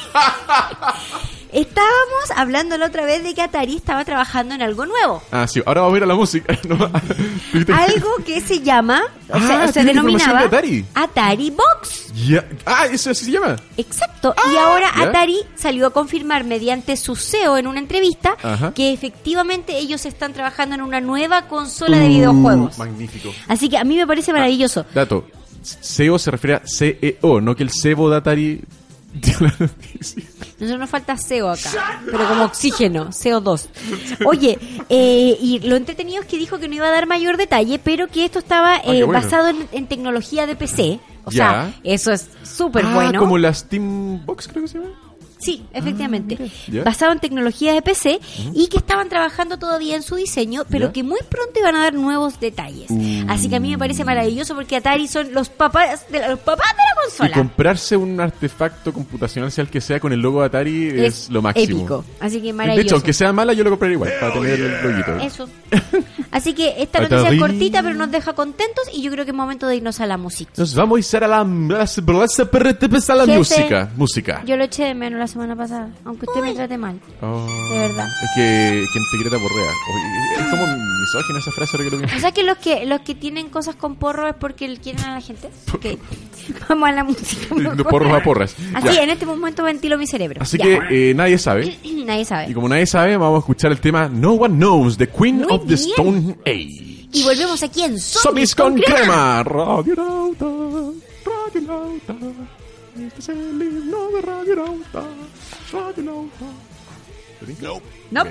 Estábamos hablando la otra vez de que Atari estaba trabajando en algo nuevo. Ah, sí, ahora vamos a ir a la música. No, ¿viste? Algo que se llama, se ¿tiene denominaba información de Atari Box. Ya. Eso así se llama. Exacto. Y ahora ¿ya? Atari salió a confirmar mediante su CEO en una entrevista Ajá. que efectivamente ellos están trabajando en una nueva consola de videojuegos. Magnífico. Así que a mí me parece maravilloso. Dato. CEO se refiere a CEO, no que el cebo de Atari Dio la noticia. Nosotros nos falta CO acá, pero como oxígeno, CO2. Oye, y lo entretenido es que dijo que no iba a dar mayor detalle, pero que esto estaba qué bueno. basado en tecnología de PC. O Ya. sea, eso es súper Ah, bueno. como la Steam Box, creo que se llama. Sí, efectivamente. mira, ya. Basado en tecnología de PC y que estaban trabajando todavía en su diseño, pero Ya. que muy pronto iban a dar nuevos detalles. Así que a mí me parece maravilloso porque Atari son los papás de la Y consola. comprarse un artefacto computacional, sea el que sea, con el logo de Atari es lo máximo. épico. Así que De maravilloso. hecho, aunque sea mala, yo lo compraría igual, para tener el loguito. Eso. Así que esta noticia Atari. es cortita, pero nos deja contentos y yo creo que es momento de irnos a la música. Nos vamos a ir a la Jefe. música. Música. Yo lo eché de menos la semana pasada, aunque usted me trate mal. Oh, De verdad. Es que quien te quiere te aporrea. Oye, es como misógina esa frase, ahora que lo pienso. O sea que los que tienen cosas con porro es porque quieren a la gente. Ok. Vamos a la música. De mejor. porros a porras. Así, Ya. en este momento ventilo mi cerebro. Así Ya. que nadie sabe. Nadie sabe. Y como nadie sabe, vamos a escuchar el tema No One Knows, The Queen Muy of the bien. Stone Age. Y volvemos aquí en Zombies con crema. Radio Nauta, Radio Nauta. Este es el himno de Radio Nauta, Radio Nauta. No. Nope.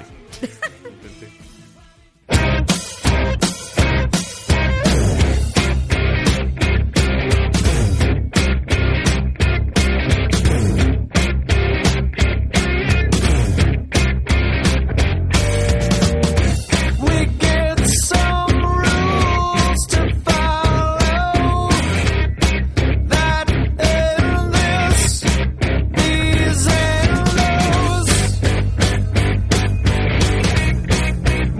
We get some rules to follow that in this, these and those.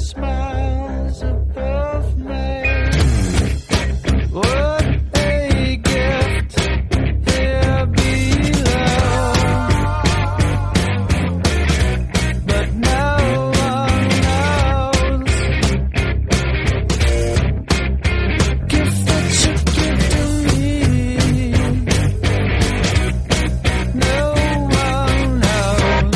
smiles above me. What a gift here below. But no one knows. Gift that you give to me. No one knows.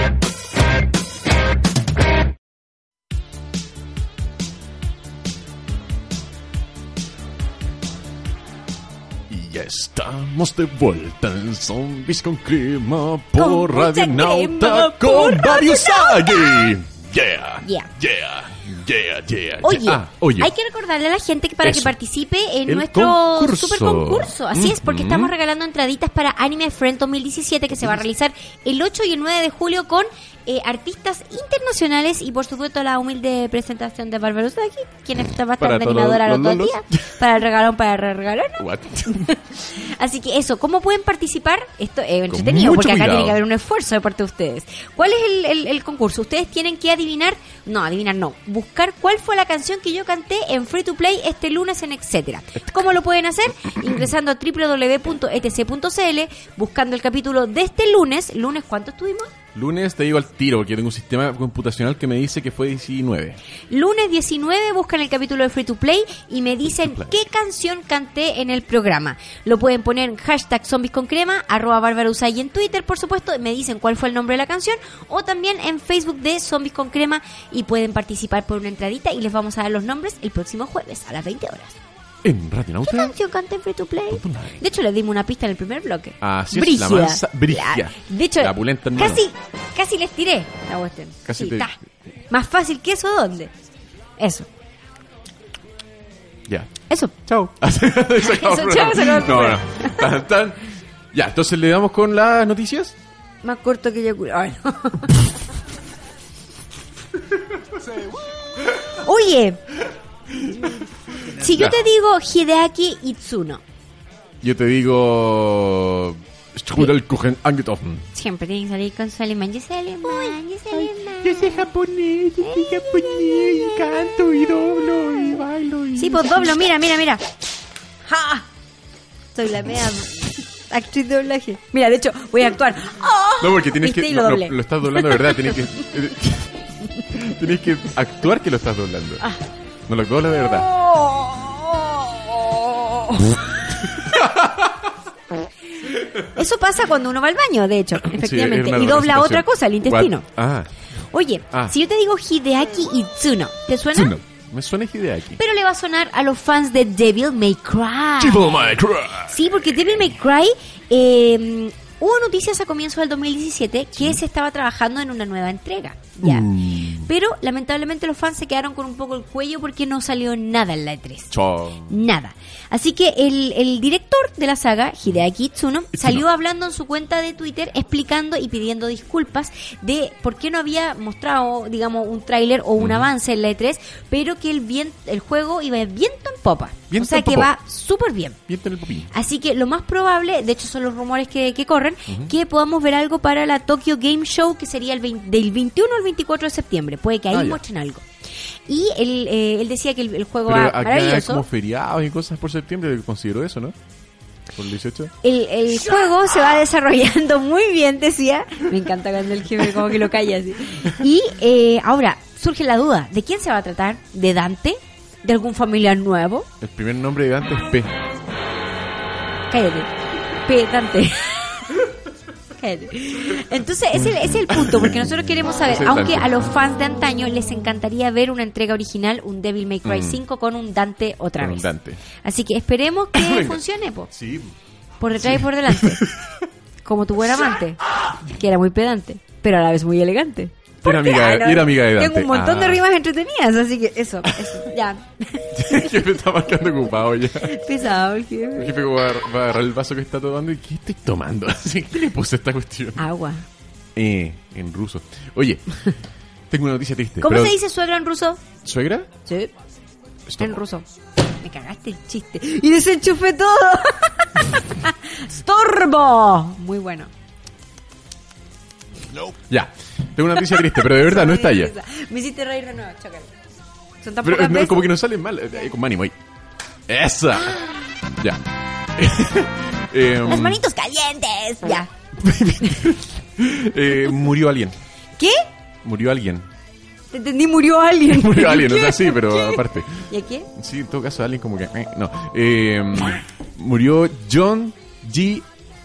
Y ya estamos de vuelta en Zombies con Crema por Con mucha Radionauta crema, con por Mario Radionauta. Sagi. Yeah, Yeah. yeah, yeah, yeah. Oye, Oye. hay que recordarle a la gente que para que Eso. participe en El nuestro concurso. super concurso. Así es, porque Ujú. estamos regalando entraditas para Anime Friend 2017 que se va a realizar el 8 y el 9 de julio con artistas internacionales y por supuesto la humilde presentación de Bárbara Usagi, quien va a estar Para de todos animadora los los dos lolos. días para el regalón, para regalarnos. What? Así que eso, ¿cómo pueden participar? Esto es entretenido, mucho porque acá cuidado. tiene que haber un esfuerzo de parte de ustedes. ¿Cuál es el concurso? Ustedes tienen que adivinar, buscar cuál fue la canción que yo canté en Free to Play este lunes en Etcétera. ¿Cómo lo pueden hacer? Ingresando a www.etc.cl, buscando el capítulo de este lunes. ¿Lunes cuánto estuvimos? Lunes te digo al tiro, porque yo tengo un sistema computacional que me dice que fue 19. Lunes 19, buscan el capítulo de Free to Play y me dicen Play. qué canción canté en el programa. Lo pueden poner en hashtag zombies con crema, @BárbaraUsagi en Twitter, por supuesto, me dicen cuál fue el nombre de la canción, o también en Facebook de Zombies con Crema, y pueden participar por una entradita y les vamos a dar los nombres el próximo jueves a las 20 horas. En ¿Qué Radionauta. canción canté en Free to Play? De hecho, les dimos una pista en el primer bloque. Así es, Brígida. la mansa brígida. De hecho, La pulenta hermano. casi les tiré la cuestión. Casi Sí, te- está. Más fácil que eso, ¿dónde? Eso. Ya. Eso. Chao. Se acabó el Eso, chao, programa. se acabó el No, programa. no. Tan. Ya, entonces le damos con las noticias. Más corto que yo. Ay, no. Oye, si yo Ya. te digo Hideaki Itsuno, Yo te digo. Strudelkuchen angetoffen. siempre tienen que salir con su alemán. Yo soy alemán, yo soy alemán. Yo soy japonés, y canto y doblo y bailo. Sí, pues doblo, mira. ¡Ja! Soy la mea actriz de doblaje. Mira, de hecho, voy a actuar. ¡Oh! No, porque tienes ¿Viste? que. Y No, lo no, doblé. lo estás doblando de verdad. Tienes que. Tienes que actuar que lo estás doblando. Ah. No lo doblas de verdad. Eso pasa cuando uno va al baño, de hecho, efectivamente. Sí, es una y dobla representación. otra cosa, el intestino. What? Ah, Oye, Ah. si yo te digo Hideaki Itsuno, ¿te suena? Tsuno. Me suena Hideaki. Pero le va a sonar a los fans de Devil May Cry. Devil May Cry. Sí, porque Devil May Cry, hubo noticias a comienzos del 2017 que se estaba trabajando en una nueva entrega. Ya. Pero lamentablemente los fans se quedaron con un poco el cuello porque no salió nada en la E3. Chao. Nada. Así que el director de la saga, Hideaki Itsuno, salió hablando en su cuenta de Twitter explicando y pidiendo disculpas de por qué no había mostrado, digamos, un tráiler o un avance en la E3, pero que el juego iba viento en popa. Viento o sea en que popó. va súper bien. Viento en el popín. Así que lo más probable, de hecho son los rumores que corren, que podamos ver algo para la Tokyo Game Show, que sería del 21 al 24 de septiembre. Puede que ahí Ah, ya. muestren algo. Y él decía que el juego Pero va acá hay maravilloso. como feriados y cosas por septiembre. Considero eso, ¿no? Por el 18. El juego se va desarrollando muy bien, decía. Me encanta cuando el jefe como que lo calla así. Y ahora surge la duda, ¿de quién se va a tratar? ¿De Dante? ¿De algún familiar nuevo? El primer nombre de Dante es P. Cállate. Dante. Cállate. Entonces, ese es el punto, porque nosotros queremos saber, Ese es aunque Dante. a los fans de antaño les encantaría ver una entrega original, un Devil May Cry 5 con un Dante otra Con un vez. Dante. Así que esperemos que Venga. funcione, po. Sí. Por detrás y por delante. Como tu buen amante, que era muy pedante, pero a la vez muy elegante. Era amiga de Dante. Tengo un montón de Ah. rimas entretenidas, así que eso, ya. El jefe está marcando ocupado ya. Pesado el El jefe. jefe va a agarrar el vaso que está tomando y ¿qué estoy tomando? Así, ¿qué le puse a esta cuestión? Agua. En ruso. Oye, tengo una noticia triste. ¿Cómo pero- se dice suegra en ruso? ¿Suegra? Sí. Stop. En ruso. Me cagaste el chiste. Y desenchufé todo. Storbo. Muy bueno. Ya. tengo una noticia triste, pero de verdad no está ella. Me hiciste reír de nuevo, chócale. Son tan Pero pocas no, veces. como que no sale mal. Con Manny Moy. ¡Esa! Ya. Las manitos calientes. Ya. Murió alguien. ¿Qué? Murió alguien. Te entendí, murió alguien. Murió alguien, o ¿Qué? sea, sí, pero ¿Qué? aparte. ¿Y a qué? Sí, en todo caso, alguien como que... no. Murió John G.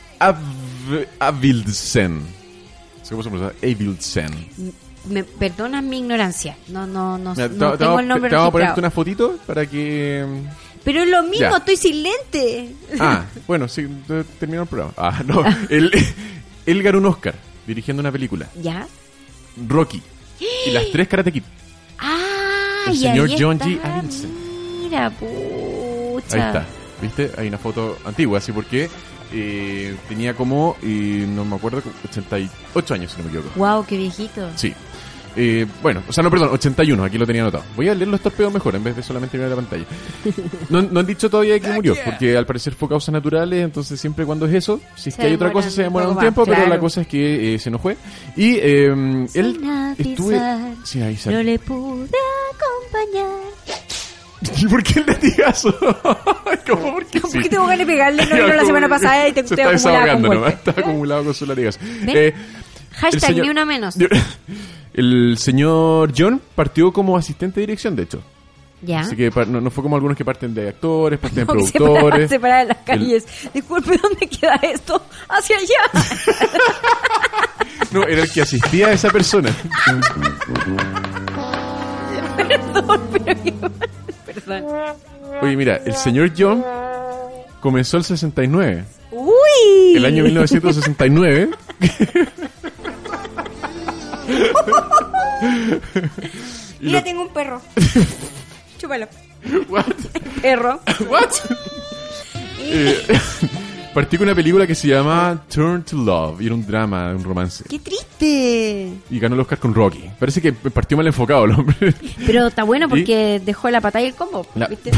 Avildsen. ¿Cómo se pronuncia? Avildsen. Me perdonas mi ignorancia. No Mira, tengo el nombre te vamos a ponerte registrado. una fotito para que... Pero es lo mismo, Ya. estoy sin lente. Ah, bueno, sí, terminó el programa. Ah, no. Él ganó un Oscar dirigiendo una película. ¿Ya? Rocky. Y las 3 Karate Kid. Ah, El y señor ahí John está. G. Avildsen. Mira, pucha. Ahí está. ¿Viste? Hay una foto antigua, así porque tenía como, no me acuerdo, 88 años, si no me equivoco. Wow, qué viejito. Sí. Bueno, o sea, no, perdón, 81, aquí lo tenía anotado. Voy a leer los torpedos mejor en vez de solamente mirar la pantalla. No han dicho todavía de qué murió, porque al parecer fue causas naturales, entonces siempre cuando es eso, si es Se que hay otra demoran cosa se un demora poco un más, tiempo, pero claro. la cosa es que se nos fue. Y él estuve... Sí, ahí No sale. le pude acompañar. ¿Y por qué el latigazo? ¿Cómo? Porque ¿Por qué tengo ganas de pegarle? No vino la Como semana que pasada y te se estoy está acumulada con desahogando nomás, golpe. está acumulado con su latigazo. ¿Ven? El Hashtag señor- ni una menos. El señor John partió como asistente de dirección, de hecho. ¿Ya? Así que no fue como algunos que parten de actores, parten de Como que productores. se paraban en las calles. Disculpe, ¿dónde queda esto? Hacia allá. No, era el que asistía a esa persona. Perdón. Oye, mira, el señor John comenzó el 69. ¡Uy! El año 1969. Mira, tengo un perro. Chúpalo. What? Perro. What? Partí con una película que se llama Turn to Love y era un drama, un romance. ¡Qué triste! Y ganó el Oscar con Rocky. Parece que partió mal enfocado el hombre. Pero está bueno porque dejó la patada y el combo. La- ¿Viste?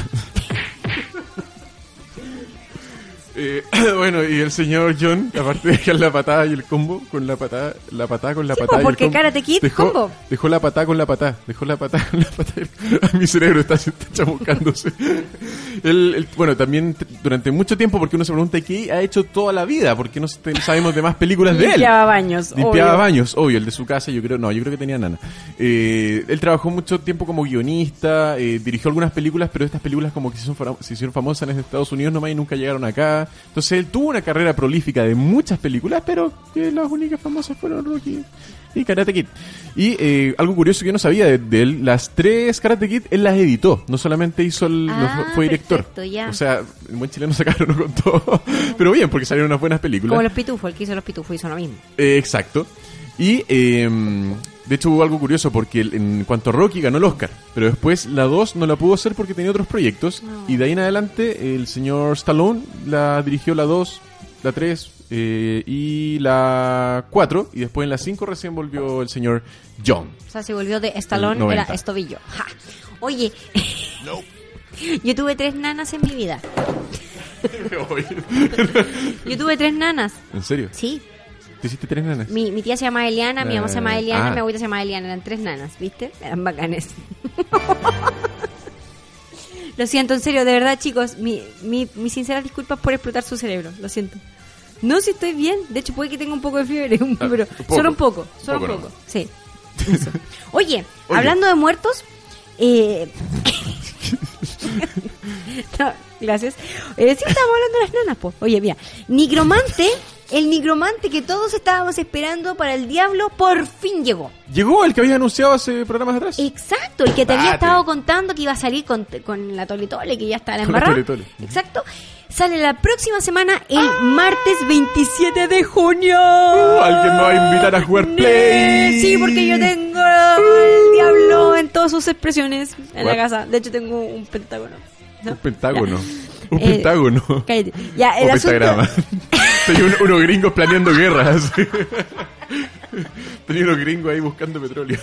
Bueno, y el señor John, aparte de dejar la patada y el combo, con la patada con la Sí, patada y el porque combo, Karate Kid, combo. Dejó la patada con la patada, dejó la patada con la patada. Mi cerebro está chamuscándose. Bueno, también durante mucho tiempo, porque uno se pregunta qué ha hecho toda la vida, porque no sabemos de más películas de él. Limpiaba baños. Limpiaba obvio. baños, obvio, el de su casa, yo creo que tenía nana. Él trabajó mucho tiempo como guionista, dirigió algunas películas, pero estas películas como que se hicieron famosas en Estados Unidos nomás y nunca llegaron acá. Entonces él tuvo una carrera prolífica de muchas películas, pero que las únicas famosas fueron Rocky y Karate Kid. Y algo curioso que yo no sabía de él, las 3 Karate Kid él las editó, no solamente hizo fue director. perfecto, ya. O sea, el buen chileno sacaron con todo. Pero bien, porque salieron unas buenas películas. Como los pitufos, el que hizo los pitufos hizo lo mismo. Exacto. Y de hecho hubo algo curioso porque en cuanto a Rocky ganó el Oscar, pero después la 2 no la pudo hacer porque tenía otros proyectos y de ahí en adelante el señor Stallone la dirigió la 2, la 3 y la 4 y después en la 5 recién volvió el señor John. O sea, se volvió de Stallone, El 90. era Estobillo. Ja. Oye, yo tuve 3 nanas en mi vida. Yo tuve 3 nanas. ¿En serio? Sí. ¿Te hiciste 3 nanas? Mi tía se llama Eliana, mi mamá se llama Eliana, Ah. mi abuela se llama Eliana. Eran 3 nanas, ¿viste? Eran bacanes. Lo siento, en serio, de verdad, chicos. Mis sinceras disculpas por explotar su cerebro. Lo siento. No, si estoy bien. De hecho, puede que tenga un poco de fiebre, pero poco. solo un poco. Solo un Poco poco. Sí. Eso. Oye, Oye. hablando de muertos. No, gracias. Sí, estábamos hablando de las nanas, pues. Oye, mira, Nigromante, el nigromante que todos estábamos esperando para el diablo, por fin llegó. Llegó el que había anunciado hace programas atrás. Exacto, el que te había Date. estado contando que iba a salir con la Tole Tole, que ya está la Con la embarrada. Tole Tole. Exacto. Sale la próxima semana, el martes 27 de junio. Alguien me va a invitar a jugar Play. Sí, porque yo tengo el diablo en todas sus expresiones en la What? casa. De hecho, tengo un pentágono. ¿No? Un pentágono. Ya. Un pentágono. Cállate. Ya, O el asunto... pentagrama. Tenía unos gringos planeando guerras. Tenía unos gringos ahí buscando petróleo.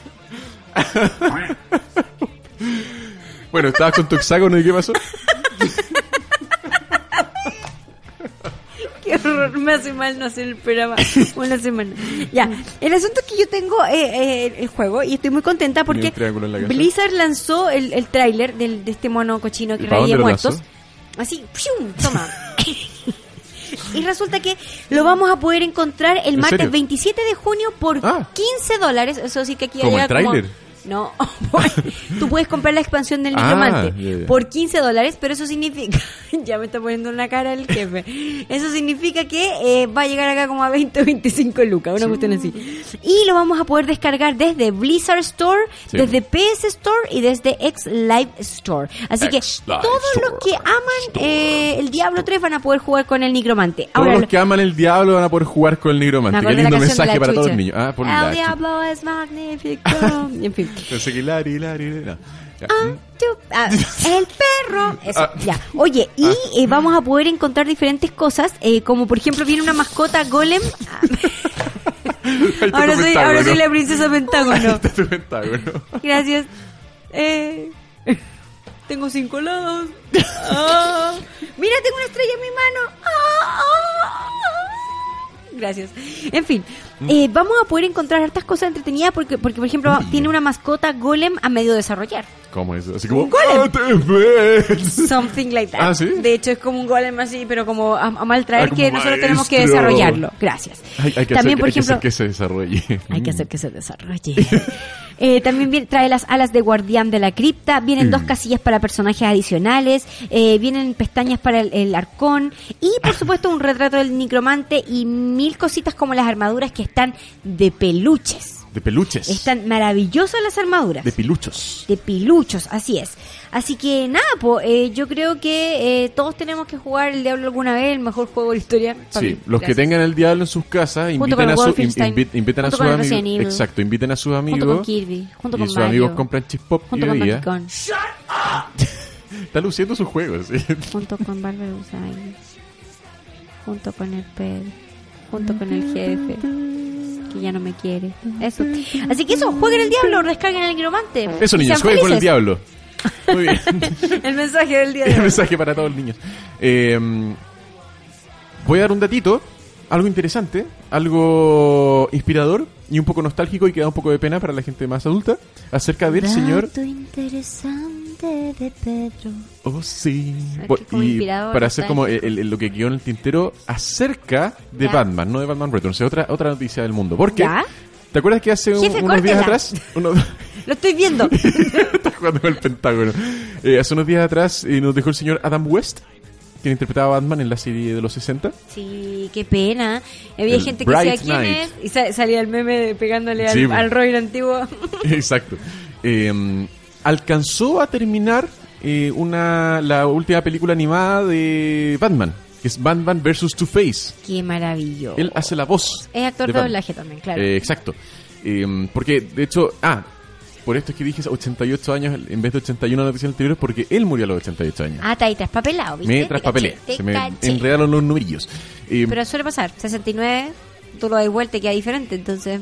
Bueno, estabas con tu hexágono y ¿qué pasó? Qué horror, me hace mal no hacer el programa una semana. Ya, el asunto es que yo tengo el juego y estoy muy contenta Tenía porque un triángulo en la casa. Blizzard lanzó el tráiler de este mono cochino que ¿Y para revive dónde lo muertos. lanzó? Así, ¡pium! Toma. Y resulta que lo vamos a poder encontrar el ¿En martes serio? 27 de junio por Ah. $15. Eso sí que aquí ¿Como llega el tráiler? No, tú puedes comprar la expansión del Ah, Nigromante ya, ya. por $15, pero eso significa, ya me está poniendo una cara el jefe, eso significa que va a llegar acá como a 20 o 25 lucas, una cuestión así. Y lo vamos a poder descargar desde Blizzard Store, Sí. desde PS Store y desde X Live Store. Así que X Live todos Store. los que aman el Diablo 3 van a poder jugar con el Nigromante. Todos Ahora, los que aman el diablo van a poder jugar con el me Nigromante. acordé Qué de la lindo canción de mensaje la para todos los chucha. niños. Ah, por El la Diablo es magnífico. En fin. Pensé que Lari. No. Ya. El perro. Eso, Ah. ya. Oye, y vamos a poder encontrar diferentes cosas, como por ejemplo viene una mascota golem. Ahí está tu ahora soy pentágono. la princesa Ahí Pentágono. está tu pentágono. Gracias. Tengo 5 lados. Ah. Mira, tengo una estrella en mi mano. Gracias. En fin, vamos a poder encontrar hartas cosas entretenidas porque por ejemplo, tiene una mascota golem a medio desarrollar. ¿Cómo es eso? Así como... Un golem. ¡Ah, te ves! Something like that. Ah, ¿sí? De hecho, es como un golem así, pero como a mal traer, Ah, como que nosotros tenemos que maestro. desarrollarlo. Gracias. Hay que También, hacer, por hay que ejemplo, hacer que se desarrolle. hay que hacer que se desarrolle. También trae las alas de guardián de la cripta, vienen 2 casillas para personajes adicionales, vienen pestañas para el arcón y por supuesto un retrato del necromante y 1000 cositas como las armaduras que están de peluches. De peluches. Están maravillosas las armaduras. De piluchos. De piluchos, así es. Así que nada, yo creo que todos tenemos que jugar el Diablo alguna vez, el mejor juego de la historia. para Sí, mí. los que Gracias. tengan el diablo en sus casas, Junto con inviten el a, Wolfenstein, inviten a junto sus con el amigos. Resident Evil, Exacto, inviten a sus junto con amigos. Kirby, junto Y con sus Mario, amigos compran chispop y junto con bebida. Donkey Kong, Está luciendo sus juegos. ¿Sí? junto con Barbarous junto con el Pedro, junto con el jefe, que ya no me quiere. Eso. Así que eso, jueguen el Diablo, descarguen el Nigromante. Eso, y niños, sean jueguen con el felices. diablo. Muy bien. El mensaje del día de El hoy. mensaje para todos los niños. Voy a dar un datito, algo interesante, algo inspirador y un poco nostálgico y que da un poco de pena para la gente más adulta, acerca del señor... Dato interesante de Pedro. Oh, sí. Es que como Y inspirador, para hacer como nostálgico. lo que quedó en el tintero acerca de Ya. Batman, no de Batman Returns, es otra noticia del mundo. Porque, ¿Ya? ¿te acuerdas que hace Jefe, unos días córtela. atrás... Lo estoy viendo. Está jugando con el Pentágono. Hace unos días atrás nos dejó el señor Adam West, quien interpretaba a Batman en la serie de los 60. Sí, qué pena. Había El gente que decía Bright quién Knight. es y salía el meme pegándole Sí, al Robin antiguo. Exacto. Alcanzó a terminar la última película animada de Batman, que es Batman vs. Two-Face. Qué maravilloso. Él hace la voz. Es actor de Batman. doblaje también, claro. Exacto. Porque, de hecho, por esto es que dije 88 años en vez de 81 en la noticia anterior, porque él murió a los 88 años. Está ahí traspapelado, ¿viste? Me Te traspapelé, caché, se me te caché. enredaron los numerillos. Pero suele pasar, 69, tú lo das vuelta y queda diferente, entonces...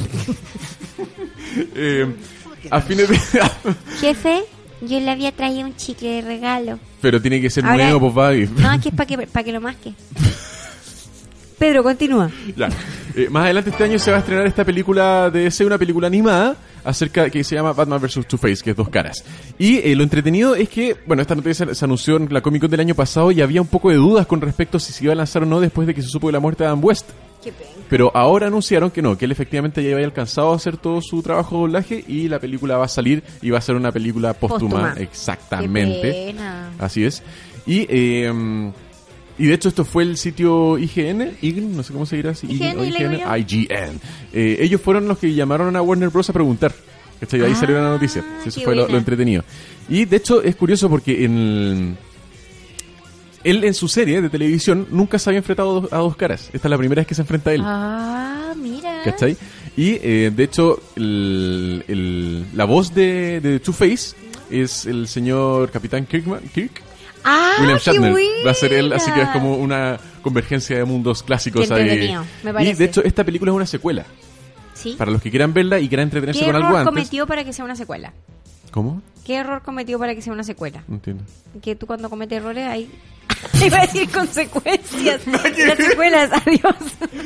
A fines de... Jefe, yo le había traído un chicle de regalo. Pero tiene que ser Ahora- nuevo, pues Babi. No, es que es para que lo masque. Pedro, continúa. Ya. Más adelante este año se va a estrenar esta película de DC, una película animada acerca que se llama Batman vs. Two-Face, que es dos caras. Y lo entretenido es que, bueno, esta noticia se anunció en la Comic Con del año pasado y había un poco de dudas con respecto a si se iba a lanzar o no después de que se supo de la muerte de Adam West. Qué pena. Pero ahora anunciaron que no, que él efectivamente ya había alcanzado a hacer todo su trabajo de doblaje y la película va a salir y va a ser una película póstuma. Póstuma. Exactamente. Qué pena. Así es. Y de hecho esto fue el sitio IGN, no sé cómo se dirá así, IGN, o le digo yo. IGN. Ellos fueron los que llamaron a Warner Bros. A preguntar. ¿Cachai? Ahí salió la noticia. Eso qué fue lo buena. entretenido. Y de hecho es curioso porque él en su serie de televisión nunca se había enfrentado a dos caras. Esta es la primera vez que se enfrenta a él. Ah, mira. ¿Cachai? Y de hecho la voz de Two-Face es el señor Capitán Kirk. Ah, William qué Shatner buena. va a ser él, así que es como una convergencia de mundos clásicos Qué ahí. entretenido, me Y parece. de hecho esta película es una secuela. ¿Sí? Para los que quieran verla y quieran entretenerse ¿Qué con algo error antes. cometió para que sea una secuela? ¿Cómo? ¿Qué error cometió para que sea una secuela? No entiendo. Que tú cuando cometes errores hay... Iba a decir consecuencias. Las secuelas, adiós.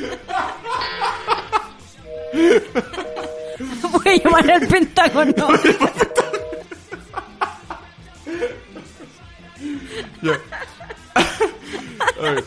Voy a llamar al Pentágono. Ya. A ver.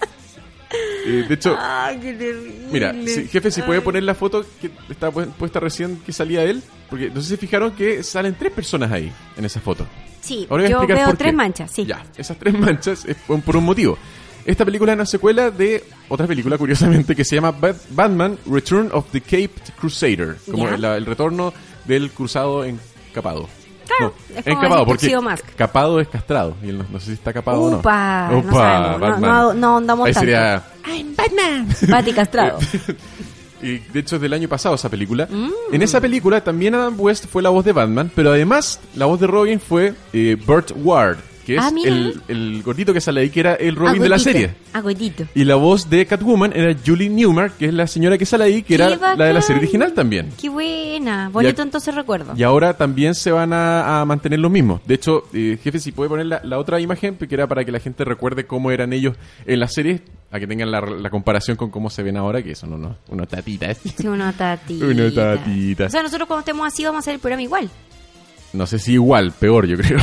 De hecho, Ah, qué terrible. mira, jefe, si puede poner la foto que está puesta recién que salía él, porque no sé si fijaron que salen 3 personas ahí en esa foto. Sí, Ahora voy a yo explicar veo por 3 qué. manchas, sí. Ya, esas 3 manchas es por un motivo. Esta película es una secuela de otra película, curiosamente, que se llama Batman Return of the Caped Crusader, como Ya. el retorno del cruzado encapado. Claro, No, es como encapado, decir porque Tuxedo Mask. capado es castrado, y él no sé si está capado o no. Upa, no Upa, sabemos, Batman. no andamos Ahí tanto. sería... I'm Batman. Bati castrado. Y de hecho es del año pasado esa película. Mm. En esa película también Adam West fue la voz de Batman, pero además la voz de Robin fue Burt Ward, que es mira. el gordito que sale ahí, que era el Robin de la serie. Agüitito. Y la voz de Catwoman era Julie Newmar, que es la señora que sale ahí, que era Qué la de la serie bacán. original también. Qué buena. Bonito Y a- entonces recuerdo. Y ahora también se van a mantener los mismos. De hecho, jefe, si puede poner la otra imagen, que era para que la gente recuerde cómo eran ellos en la serie, a que tengan la comparación con cómo se ven ahora, que son unos tatitas. Sí, una tatita. Una tatita. O sea, nosotros cuando estemos así vamos a hacer el programa igual. No sé si igual, peor, yo creo.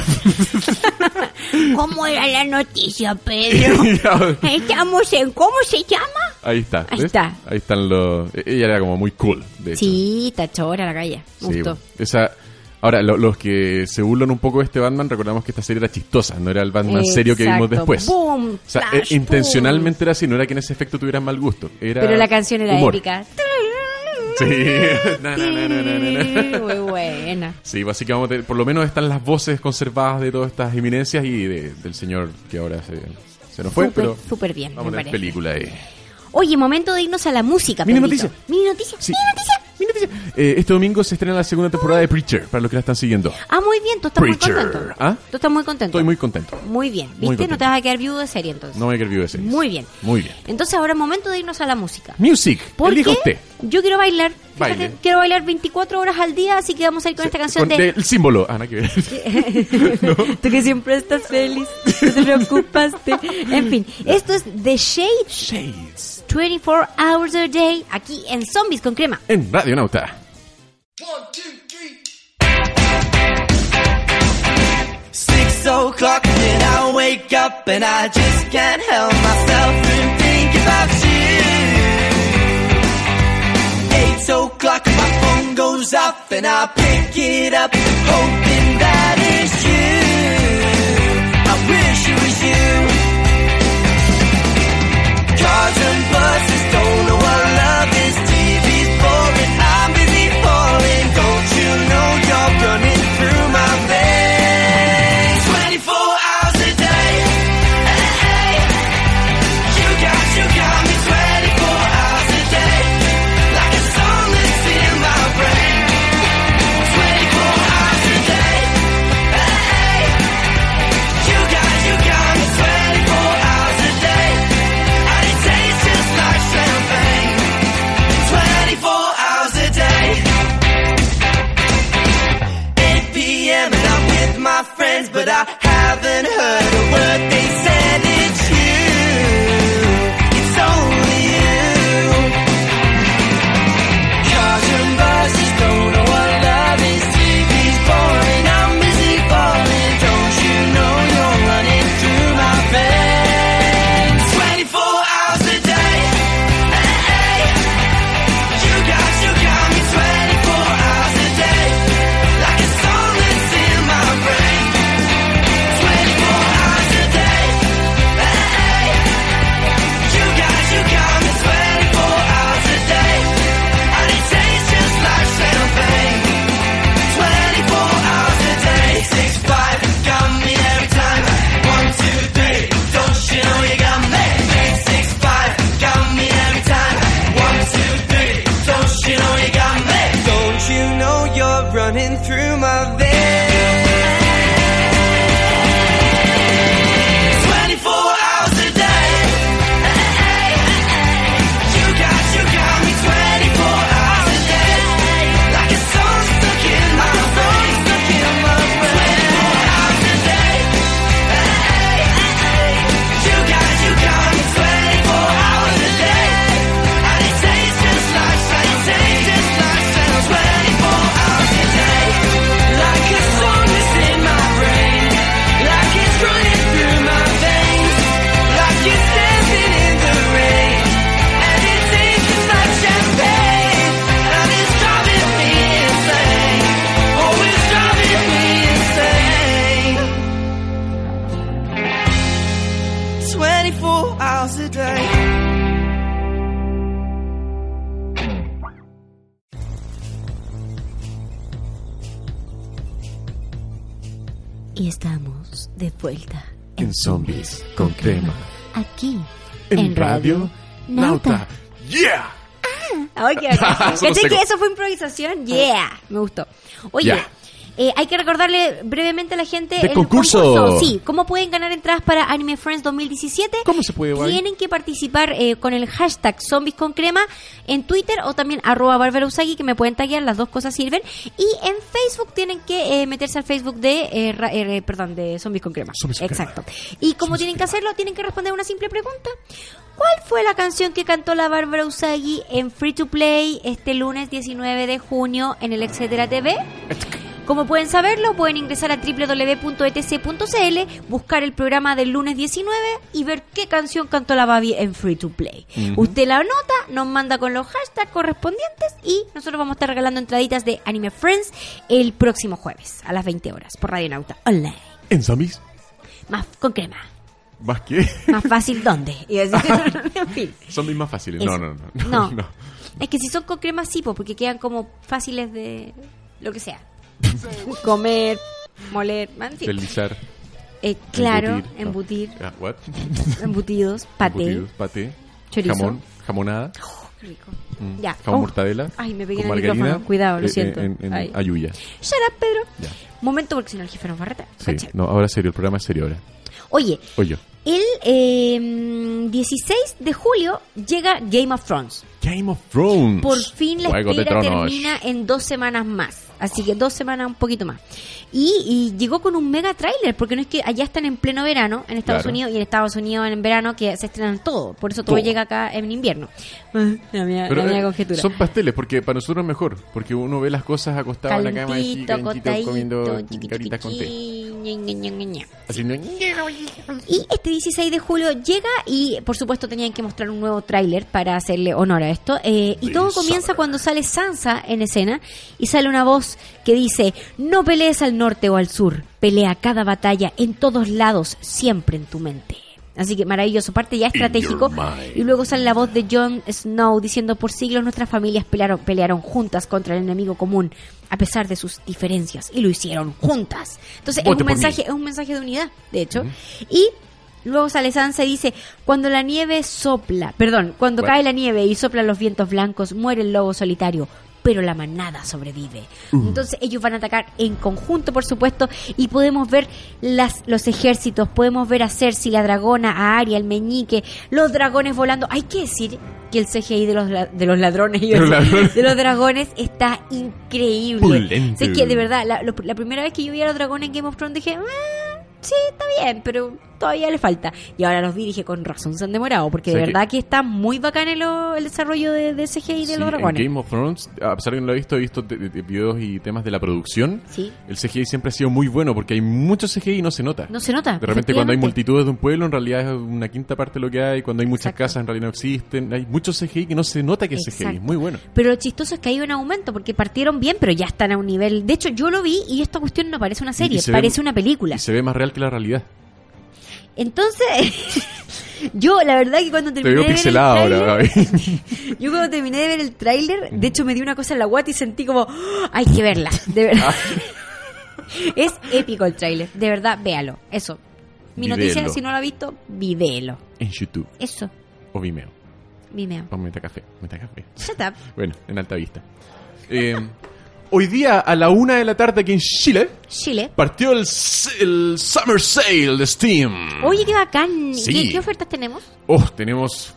¿Cómo era la noticia, Pedro? Estamos en... ¿Cómo se llama? Ahí está. Ahí ¿ves? está. Ahí están los... Ella era como muy cool, de hecho. Sí, tachora la calle. Me Sí, gustó. esa... Ahora, los que se burlan un poco de este Batman, recordamos que esta serie era chistosa, no era el Batman serio que vimos Exacto. después. Boom, O sea, flash, intencionalmente era así, no era que en ese efecto tuvieran mal gusto. Era Pero la canción era humor. épica. Sí. Na, na, na, na, na, na. Muy buena. Sí, básicamente, por lo menos están las voces conservadas de todas estas eminencias y del señor que ahora se nos fue, Súper, pero súper bien, vamos me a tener parece. película ahí. Oye, momento de irnos a la música. Mini Pedrito. noticia. Mini noticia. Sí. Mini noticia. Mira, este domingo se estrena la segunda temporada de Preacher, para los que la están siguiendo. Ah, muy bien. Tú estás Preacher. muy contento. ¿Ah? Tú estás muy contento. Estoy muy contento. Muy bien. Muy ¿Viste? No contento. te vas a quedar viudo de serie entonces. No me quiero de series. Muy bien. Muy bien. Entonces ahora es momento de irnos a la música. Music, elija Porque usted. yo quiero bailar. Fíjate, Baile. quiero bailar 24 horas al día, así que vamos a ir con esta canción de... El símbolo. Ah, nada que ver. Tú que siempre estás feliz, no te preocupaste. En fin, esto es The Shades, Shades. 24 Hours a Day, aquí en Zombies con Crema. En Radio Nauta. 6 o'clock and I wake up and I just can't help myself from thinking about you. 8 o'clock my phone goes off and I pick it up hoping that it's you. I wish it was you. Cars and buses don't know what love is. TV's boring, I'm busy falling. Don't you know you're running through my veins? 24 hours a day. Hey, hey. You got me 24 hours a day. Like a song that's in my brain. 24 hours a day. Hey, hey. You got me 24 hours a day. And it tastes just like champagne. 24 hours a day. 8 p.m. and I'm with my friends, but I haven't heard a word they said. It's you. It's only you. Cars and buses don't know what love is. TV's boring, I'm busy falling. Don't you know you're running through my veins? 24 hours a day. Hey, hey. You got me 24 hours a day. Like a song that's in my brain. 24 hours a day. Hey, hey. You got me 24 hours a day. And it tastes just like champagne. 24 hours a day. 6-5, got me every time. 1, 2, 3, don't you know you got me? 6-5, got me every time. 1, 2, 3, don't you know you got me? Don't you know you're running through my veins? 24 hours a day. Hey, hey, hey. You got me 24 hours a day. Like a song stuck in my brain. 24 hours a day. Hey, hey, hey. Y estamos de vuelta En Zombies con Crema. aquí En Radio Nauta. ¡Yeah! Ay, qué bacán. Solo ¿Cachai seco. que eso fue improvisación? Yeah, me gustó. Oye, Ya. hay que recordarle brevemente a la gente ¡Del concurso! Sí, cómo pueden ganar entradas para Anime Friends 2017. ¿Cómo se puede, Guay? Tienen que participar con el hashtag Zombies con Crema en Twitter o también @BarbaraUsagi, que me pueden taguear, las dos cosas sirven. Y en Facebook tienen que meterse al Facebook de Zombies con Crema. Zombies con Exacto. Y cómo tienen que hacerlo, tienen que responder una simple pregunta. ¿Cuál fue la canción que cantó la Bárbara Usagi en Free to Play este lunes 19 de junio en el Etcétera TV? Como pueden saberlo, pueden ingresar a www.etc.cl, buscar el programa del lunes 19 y ver qué canción cantó la Babi en Free to Play. Usted la anota, nos manda con los hashtags correspondientes y nosotros vamos a estar regalando entraditas de Anime Friends el próximo jueves a las 20 horas por Radio Nauta Online. ¿En Zombies? Más con crema. ¿Más qué? Más fácil, ¿dónde? Y así, en fin. Zombies más fáciles. Eso. No. Es que si son con crema sí, porque quedan como fáciles de lo que sea. Comer, moler, en fin. Deslizar. Claro, no. embutir, Ah, what? embutidos, paté, Embutidos, paté. chorizo. Jamón. Jamonada. Qué rico. Mm, Ya. Jamón Oh. mortadela. Ay, me pegué con en el margarina, micrófono. Cuidado, lo siento. En Ay. Ayuya. Shut up, Pedro. Ya. Momento, porque si no el jefe nos va a retar. Sí. ¿Cachai? No, ahora serio. El programa es serio ahora. Oye, Oye. el 16 de julio llega Game of Thrones. Game of Thrones. Por fin la Juego de espera Tronos. termina en 2 semanas más. Así que 2 semanas, un poquito más. Y llegó con un mega tráiler, porque no es que allá están en pleno verano en Estados Claro. Unidos, y en Estados Unidos en verano que se estrenan todo. Por eso todo Todo. llega acá en invierno. La mía Pero conjetura. son pasteles, porque para nosotros es mejor. Porque uno ve las cosas acostado en la cama, así, Calentito, calentito, comiendo acostadito, caritas con té. chiqui. Haciendo... Y este 16 de julio llega y por supuesto tenían que mostrar un nuevo tráiler para hacerle honor a esto. Y todo comienza cuando sale Sansa en escena y sale una voz que dice: no pelees al norte o al sur, pelea cada batalla en todos lados, siempre en tu mente. Así que maravilloso, parte ya estratégico. Y luego sale la voz de Jon Snow diciendo: por siglos nuestras familias pelearon juntas contra el enemigo común, a pesar de sus diferencias, y lo hicieron juntas. Entonces Vote por es un mensaje de unidad, de hecho. Y luego sale Sansa y dice: cuando cae la nieve y soplan los vientos blancos, muere el lobo solitario, pero la manada sobrevive. Entonces ellos van a atacar en conjunto, por supuesto, y podemos ver los ejércitos, podemos ver a Cersei, la dragona, a Arya, el meñique, los dragones volando. Hay que decir que el CGI de los ladrones, de los dragones está increíble. Pulento. Es que de verdad, la primera vez que yo vi a los dragones en Game of Thrones dije: sí, está bien, pero todavía le falta. Y ahora los vi y dije: con razón se han demorado, porque de O sea verdad que está muy bacán el desarrollo de CGI de los dragones. En Game of Thrones, a pesar de que no lo he visto de videos y temas de la producción. Sí. El CGI siempre ha sido muy bueno, porque hay mucho CGI y no se nota. No se nota. De repente cuando hay efectivamente. multitudes de un pueblo, en realidad es una quinta parte de lo que hay. Cuando hay muchas Exacto. casas, en realidad no existen. Hay mucho CGI que no se nota que es CGI. Exacto. Es muy bueno. Pero lo chistoso es que ha ido en aumento, porque partieron bien, pero ya están a un nivel. De hecho, yo lo vi y esta cuestión no parece una serie, Y se parece ve- una película. Y se ve más real que la realidad. Entonces, yo la verdad que cuando Te terminé veo de ver el pixelado ahora, tráiler, Gaby. yo cuando terminé de ver el tráiler, de hecho me dio una cosa en la guata y sentí como: ¡oh! Hay que verla, de verdad. Es épico el tráiler, de verdad, véalo. Eso. Mi noticia, Videlo. si no lo ha visto, videlo. En YouTube Eso, o Vimeo. Vimeo. O Metacafé. Metacafé. Shut up. Bueno, en Alta Vista. Hoy día a la 1 de la tarde aquí en Chile Chile. partió el Summer Sale de Steam. Oye, qué bacán. Sí. ¿Qué ofertas tenemos? Tenemos...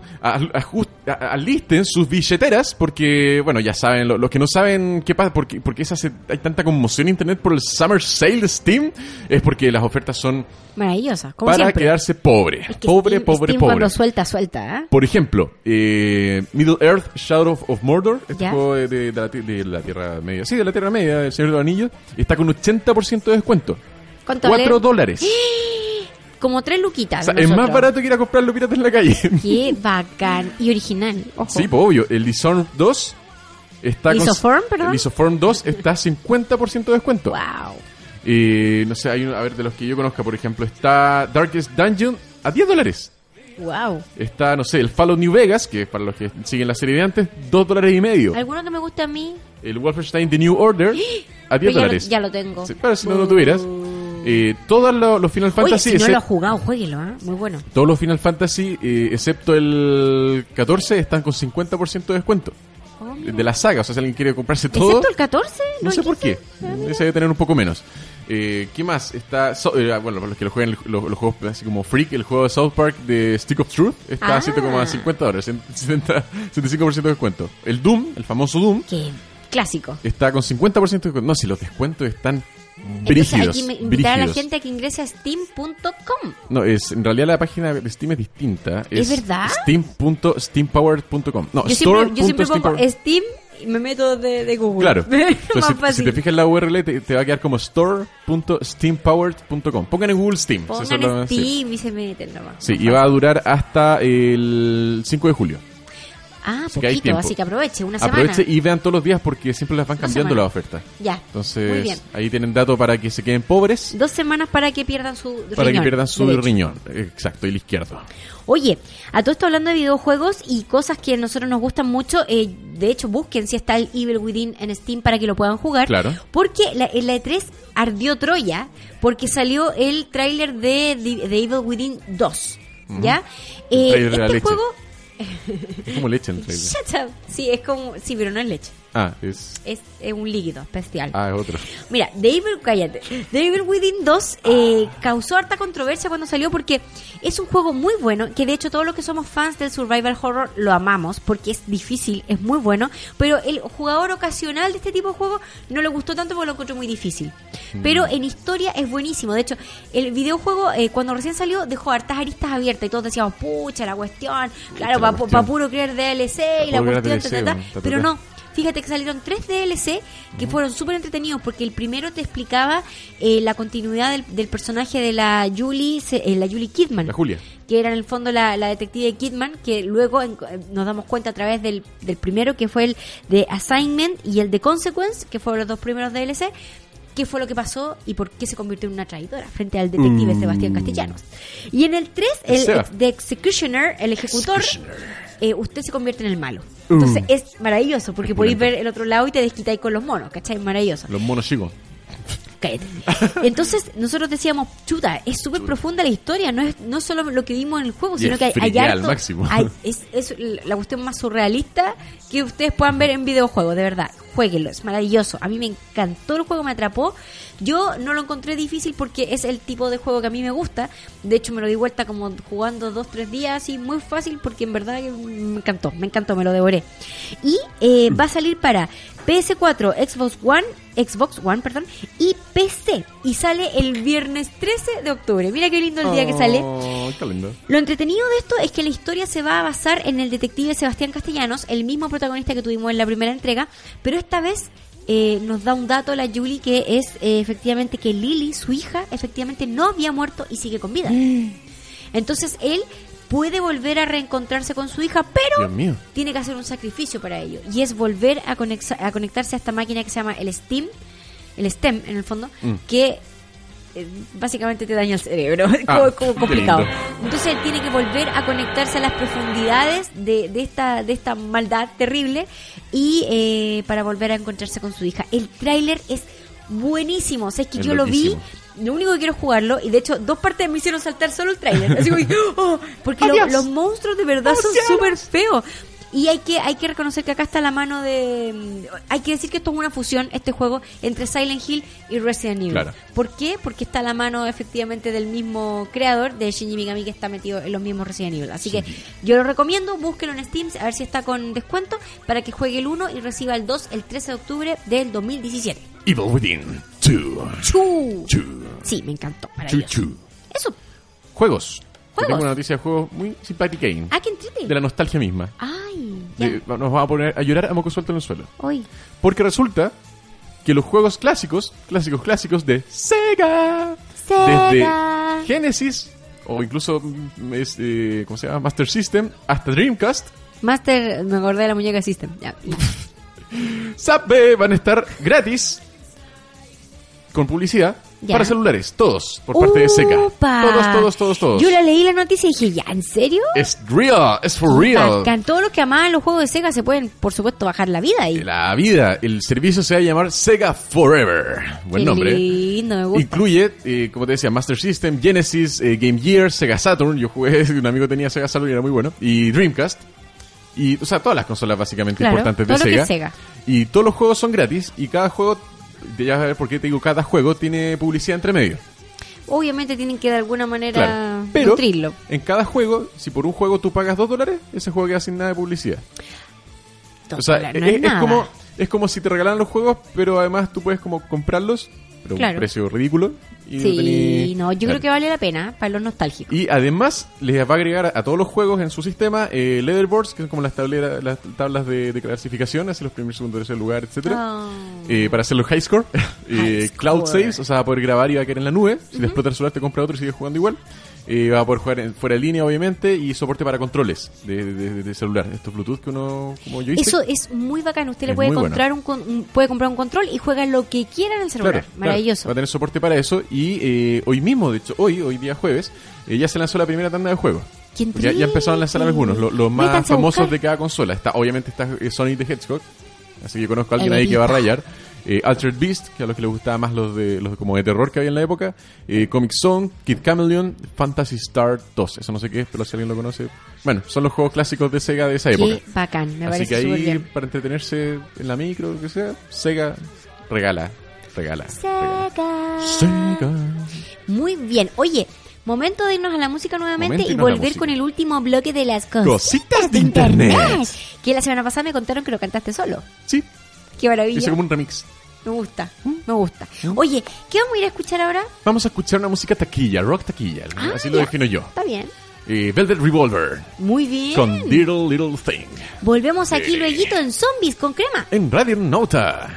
alisten sus billeteras porque, bueno, ya saben, los que no saben qué pasa, porque hay tanta conmoción en internet por el Summer Sale de Steam, es porque las ofertas son Maravillosa, como para siempre. quedarse pobre. Es que Pobre. Steam cuando suelta, ¿eh? Por ejemplo, Middle Earth, Shadow of Mordor, este ¿Ya? juego de la Tierra Media. Sí, de la Tierra Media, El Señor de los Anillos, está con 80% de descuento. ¿Cuánto vale? $4. Como 3 luquitas. O sea, de es más nosotros. barato que ir a comprarlo pirata en la calle. Qué bacán. Y original. Ojo. Sí, pues obvio. El Dishonored 2 está ¿Isoform, perdón? El Isoform 2 está a 50% de descuento. Wow. No sé, hay uno, a ver, de los que yo conozca, por ejemplo, está Darkest Dungeon a $10. Wow. Está, no sé, el Fallout New Vegas, que es para los que siguen la serie de antes, $2.50. ¿Alguno que me guste a mí? El Wolfenstein The New Order a $10. Ya lo tengo. Sí, pero si no lo tuvieras. Todos los Final Oye, Fantasy, si no lo excep- has jugado, jueguelo, ¿eh? Muy bueno. todos los Final Fantasy, excepto el 14, están con 50% de descuento. De la saga, o sea, si alguien quiere comprarse todo... ¿Excepto el 14? No sé por qué. Ese debe tener un poco menos. ¿Qué más? Está bueno, para los que lo juegan los juegos así como Freak, el juego de South Park de Stick of Truth está a $7,50, 75% de descuento. El Doom, el famoso Doom, Qué clásico. está con 50% de descuento. No, si los descuentos están Entonces hay brígidos. que invitar a la brígidos. gente a que ingrese a steam.com. No, en realidad la página de Steam es distinta. ¿Es verdad? Steam.steampowered.com. No, Yo siempre pongo store.steampowered. Steam y me meto de Google. Claro. Más Entonces, si fácil. te fijas en la URL, te va a quedar como store.steampowered.com. Pongan en Google Steam. Pongan Eso es lo- sí. Steam y se meten nomás. Sí, y va a durar hasta el 5 de julio. Ah, Así que hay poquito, tiempo. así que aproveche, una semana. Aproveche y vean todos los días porque siempre las van Una cambiando semana. las ofertas. Ya, muy Entonces, bien. ahí tienen datos para que se queden pobres, 2 semanas para que pierdan su para que riñón pierdan su derecho. riñón. Exacto, y el izquierdo. Oye, a todo esto hablando de videojuegos y cosas que a nosotros nos gustan mucho, de hecho busquen si está el Evil Within en Steam para que lo puedan jugar. Claro. Porque en la E3 ardió Troya porque salió el tráiler de Evil Within 2. ¿Ya? El tráiler de la Este leche. juego... Es como leche en el trailer. Shut up. Sí, es como... Sí, pero no es leche. Ah, es Es un líquido especial. otro. Mira, cállate. The Evil Within 2 causó harta controversia cuando salió porque es un juego muy bueno, que de hecho todos los que somos fans del survival horror lo amamos porque es difícil, es muy bueno, pero el jugador ocasional de este tipo de juego no le gustó tanto porque lo encontró muy difícil. Pero en historia es buenísimo. De hecho, el videojuego cuando recién salió dejó hartas aristas abiertas y todos decíamos, pucha, la cuestión, claro, la para cuestión. puro creer DLC y la puro creer cuestión, DLC, ta, ta, ta. bueno, ta, ta, Pero ta. no. Fíjate que salieron 3 DLC que fueron súper entretenidos porque el primero te explicaba la continuidad del personaje de la Julie Kidman. La Julia. Que era en el fondo la detective Kidman, que luego nos damos cuenta a través del primero, que fue el de Assignment, y el de Consequence, que fueron los 2 primeros DLC, qué fue lo que pasó y por qué se convirtió en una traidora frente al detective Sebastián Castellanos. Y en el 3, Seba. The Executioner, el ejecutor, usted se convierte en el malo. Entonces es maravilloso porque podéis ver el otro lado y te desquitáis con los monos, ¿cachai? Maravilloso. Los monos chicos. Cállate. Entonces nosotros decíamos, chuta, es súper profunda la historia, no es solo lo que vimos en el juego, Y sino es que hay friquear al harto, máximo. es la cuestión más surrealista que ustedes puedan ver en videojuegos, de verdad. Jueguenlo, es maravilloso. A mí me encantó el juego, me atrapó. Yo no lo encontré difícil porque es el tipo de juego que a mí me gusta. De hecho, me lo di vuelta como jugando 2-3 días, así muy fácil, porque en verdad que me encantó, me lo devoré. Y va a salir para PS4, Xbox One, y PC. Y sale el viernes 13 de octubre. Mira qué lindo el día que sale. Qué lindo. Lo entretenido de esto es que la historia se va a basar en el detective Sebastián Castellanos, el mismo protagonista que tuvimos en la primera entrega, pero esta vez nos da un dato la Julie, que es efectivamente que Lily, su hija, efectivamente no había muerto y sigue con vida. Entonces él puede volver a reencontrarse con su hija, pero Dios mío. tiene que hacer un sacrificio para ello, y es volver a conectarse a esta máquina que se llama el STEM en el fondo, que básicamente te daña el cerebro. como qué complicado. lindo. Entonces él tiene que volver a conectarse a las profundidades de esta maldad terrible y para volver a encontrarse con su hija. El tráiler es buenísimo. O sea, es que Es yo lo vi, loquísimo. lo único que quiero es jugarlo, y de hecho 2 partes me hicieron saltar solo el tráiler. Así como, ¡oh! Porque los monstruos de verdad son súper feos. Y hay que reconocer que acá está la mano de... Hay que decir que esto es una fusión, este juego, entre Silent Hill y Resident Evil. Claro. ¿Por qué? Porque está la mano efectivamente del mismo creador, de Shinji Mikami, que está metido en los mismos Resident Evil. Así que yo lo recomiendo, búsquelo en Steam, a ver si está con descuento, para que juegue el 1 y reciba el 2 el 13 de octubre del 2017. Evil Within 2. ¡Chu! Chu. Sí, me encantó. Chu, Maravilloso. chu. Eso. Juegos. Yo Juegos. tengo una noticia de juegos muy simpática. Ah, qué entrete. De la nostalgia misma. Ay, ya. Nos vamos a poner a llorar a moco suelto en el suelo. Hoy. Porque resulta que los juegos clásicos de Sega, Sega. desde Genesis o incluso ¿cómo se llama? Master System hasta Dreamcast, Master, me acordé de la muñeca System. Ya. SAP van a estar gratis con publicidad Ya. para celulares, todos, por parte de Sega. ¡Upa! Todos. Yo la leí la noticia y dije, ¿ya? ¿En serio? Es real, es for real. Bacán. Todos los que amaban los juegos de Sega se pueden, por supuesto, bajar la vida ahí. La vida, el servicio se va a llamar Sega Forever. Buen Qué nombre. lindo, me gusta. Incluye, como te decía, Master System, Genesis, Game Gear, Sega Saturn. Yo jugué, un amigo tenía Sega Saturn y era muy bueno. Y Dreamcast. Y, o sea, todas las consolas básicamente Claro, importantes de todo lo que Sega. es Sega. Y todos los juegos son gratis. Y cada juego, ya vas a ver por qué te digo, cada juego tiene publicidad entre medio. Obviamente tienen que de alguna manera Claro. Pero nutrirlo. en cada juego, si por un juego tú pagas $2, ese juego queda sin nada de publicidad. O sea, $2 no es nada. es como si te regalaran los juegos, pero además tú puedes como comprarlos, pero a Claro. un precio ridículo. Y Sí, no, yo creo que vale la pena para los nostálgicos. Y además les va a agregar a todos los juegos en su sistema leaderboards, que son como las tablas de clasificación, así los primeros, segundo, tercer lugar, etcétera. Para hacer los high score. High Cloud score. saves, o sea, va a poder grabar y va a quedar en la nube. Si te explota el celular, te compra otro y sigues jugando igual. Va a poder jugar fuera de línea, obviamente, y soporte para controles de celular. Estos Bluetooth que uno, como yo hice. Eso es muy bacán. Usted le Es puede muy comprar puede comprar un control y juega lo que quiera en el celular. Maravilloso. Va a tener soporte para eso. Y hoy mismo, de hecho, hoy día jueves, ya se lanzó la primera tanda de juegos. ¡Qué Ya empezaron a lanzar algunos, los más Métanse a famosos buscar. de cada consola. Obviamente está Sonic the Hedgehog, así que conozco a alguien El ahí que va a Evita. rayar. Altered Beast, que a los que les gustaba más los como de terror que había en la época. Comic Zone, Kid Chameleon, Phantasy Star 2. Eso no sé qué es, pero si alguien lo conoce. Bueno, son los juegos clásicos de Sega de esa época. Qué bacán. Me Así que parece súper ahí, bien. para entretenerse en la micro, lo que sea, Sega regala. Sega. Muy bien. Oye, momento de irnos a la música nuevamente Momento de y irnos a la volver música. con el último bloque de las Cositas de internet. Que la semana pasada me contaron que lo cantaste solo. Sí, Qué maravilla. hice como un remix. Me gusta, me gusta. Oye, ¿qué vamos a ir a escuchar ahora? Vamos a escuchar una música taquilla, rock taquilla, así lo ya. defino yo. Está bien. Velvet Revolver Muy bien. con Little Little Thing Volvemos aquí lueguito en Zombies con crema. en Radio Nota.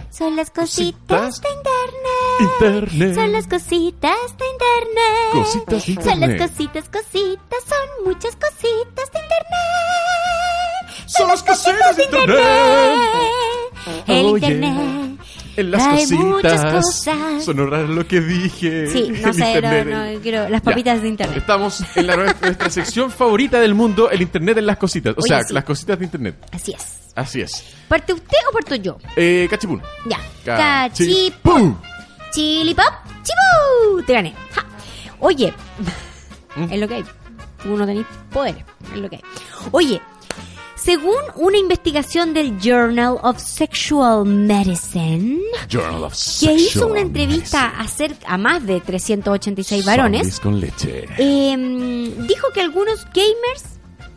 Son las cositas Cositas de internet. Internet. Son las cositas de internet. Cositas de Son las internet. cositas. Son muchas cositas de internet. Son las cositas de internet. El Oh, internet. En las trae muchas cositas. cosas. Sonó raro lo que dije. Sí, no El sé, internet. no, quiero las papitas Ya. de internet. Estamos en nuestra sección favorita del mundo, el internet en las cositas. O Oye, sea, sí. las cositas de internet. Así es. Así es. ¿Parte usted o parto yo? Cachipún. Ya. Cachipún. Chilipop, chipú. Te gané. Ja. Oye, es lo que hay. Tú no tenés poder. Es lo que hay. Oye, según una investigación del Journal of Sexual Medicine, Journal of que hizo Sexual una entrevista a más de 386 varones, Zombies con leche. dijo que algunos gamers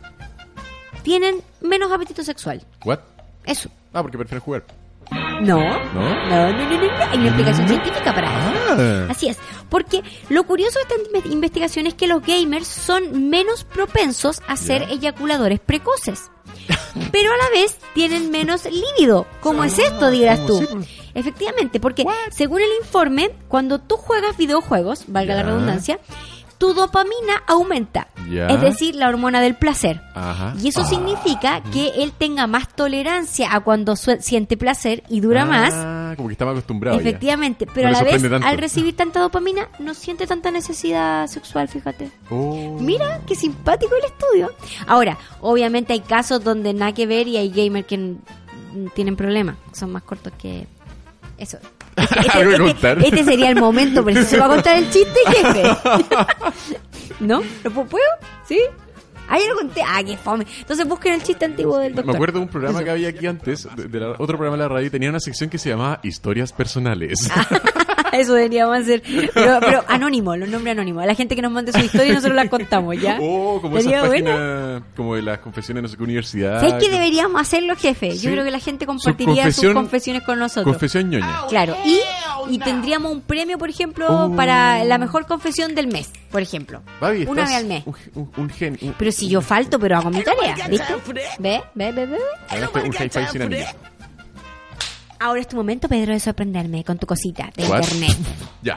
tienen menos apetito sexual. What? Eso. Ah, porque prefieren jugar. No. ¿No? No. Hay una explicación científica para eso. Ah. Así es. Porque lo curioso de esta investigación es que los gamers son menos propensos a ser eyaculadores precoces. Pero a la vez tienen menos líbido. ¿Cómo es esto, dirás tú? sí, pues. Efectivamente, porque según el informe, cuando tú juegas videojuegos, valga la Ya. redundancia, tu dopamina aumenta. Ya. Es decir, la hormona del placer. Ajá. Y eso significa que él tenga más tolerancia a cuando siente placer y dura más. Como que estaba acostumbrado. ya. Efectivamente, pero No a le la vez, sorprende tanto. al recibir tanta dopamina, no siente tanta necesidad sexual, fíjate. Oh. Mira, qué simpático el estudio. Ahora, obviamente hay casos donde nada que ver y hay gamers que tienen problemas, son más cortos que eso. Algo que contar. Este sería el momento preciso para contar el chiste, jefe. ¿No? ¿Lo puedo? ¿Sí? Ah, ya lo conté. Ah, qué fome. Entonces busquen el chiste antiguo del doctor. Me acuerdo de un programa que había aquí antes, otro programa de la radio, tenía una sección que se llamaba Historias Personales. Eso deberíamos hacer. Pero anónimo, los nombres anónimos. A la gente que nos mande su historia y nosotros la contamos, ¿ya? Oh, como esas Sería páginas, como de las confesiones de no sé qué universidad. ¿Sabes qué deberíamos hacerlo, jefe? Sí. Yo creo que la gente compartiría sus confesiones con nosotros. Confesión ñoña. Claro, y tendríamos un premio, por ejemplo, Oh. para la mejor confesión del mes, por ejemplo. Babi, Una estás vez al mes. Un genio. Pero si yo falto, pero hago mi tarea, ¿viste? ¿Ve? Ganaste un hi-fi sin anillo. Ahora es tu momento, Pedro, de sorprenderme con tu cosita de What? internet. Ya.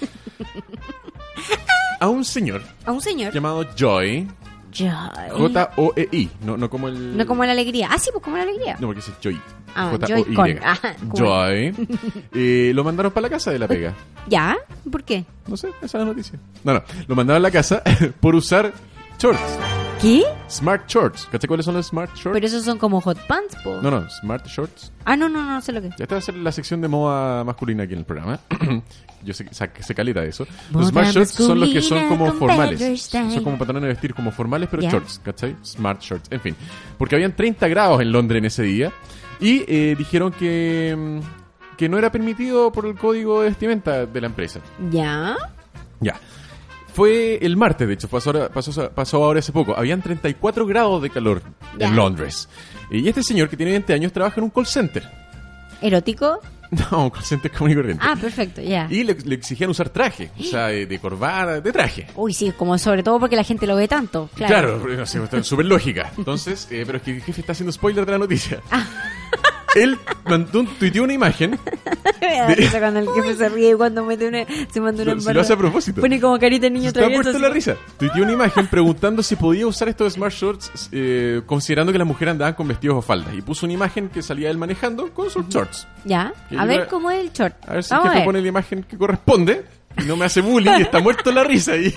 A un señor A un señor. llamado Joy, Joy. J-O-E-I, no como el... No como la alegría. Ah, sí, pues como la alegría. No, porque es Joy. Ah, J-O-Y. Joy con. Ajá, ¿cómo? Joy. Lo mandaron para la casa de la pega. ¿Ya? ¿Por qué? No sé, esa es la noticia. No, lo mandaron a la casa por usar shorts. ¿Qué? Smart shorts. ¿Cachai cuáles son los smart shorts? Pero esos son como hot pants, po. No, smart shorts. Ah, no sé lo que es. Ya esta va a ser la sección de moda masculina aquí en el programa. Yo sé que se caleta de eso. Moda Los smart shorts son los que son masculina como con formales. Pedro Stein. Son como pantalones de vestir como formales, pero Ya. shorts, ¿cachai? Smart shorts, en fin. Porque habían 30 grados en Londres en ese día. Y dijeron que no era permitido por el código de vestimenta de la empresa. ¿Ya? Ya. Fue el martes, de hecho, pasó ahora hace poco. Habían 34 grados de calor Ya. en Londres. Y este señor, que tiene 20 años, trabaja en un call center. ¿Erótico? No, un call center común y corriente. Ah, perfecto, ya. Y le exigían usar traje, o sea, de corbata, de traje. Uy, sí, como sobre todo porque la gente lo ve tanto. Claro. Claro, no sé, está súper lógica. Entonces, pero es que el jefe está haciendo spoiler de la noticia. Ah. Él tuiteó una imagen. Me da risa cuando el jefe se ríe cuando se manda una Si lo hace a propósito. Pone como carita de niño Está travieso. puesto así. la risa. Tuiteó una imagen preguntando si podía usar estos smart shorts considerando que las mujeres andaban con vestidos o faldas. Y puso una imagen que salía él manejando con sus shorts. Ya, Que a yo ver la- cómo es el short. A ver si el Vamos a jefe ver. pone la imagen que corresponde y no me hace bullying y está muerto la risa. Y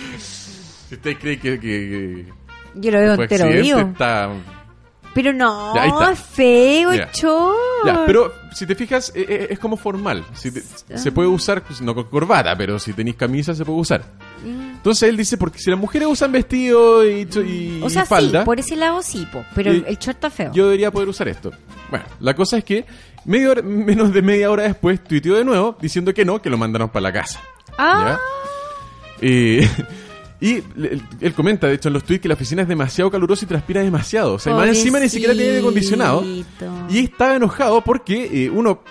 si usted cree que Yo lo veo fue entero accidente, vivo. está... Pero no, Ya, ahí está. es feo el Ya. short. Ya, pero si te fijas, es como formal. Se puede usar, pues, no con corbata, pero si tenéis camisa se puede usar. Entonces él dice, porque si las mujeres usan vestido y O sea, y falda, sí, por ese lado sí, po, pero Y- el short está feo. yo debería poder usar esto. Bueno, la cosa es que menos de media hora después tuiteó de nuevo diciendo que no, que lo mandaron para la casa. Ah. ¿Ya? Y él comenta, de hecho, en los tweets que la oficina es demasiado calurosa y transpira demasiado. O sea, y más encima ni siquiera tiene aire acondicionado. Pobrecito. Y estaba enojado porque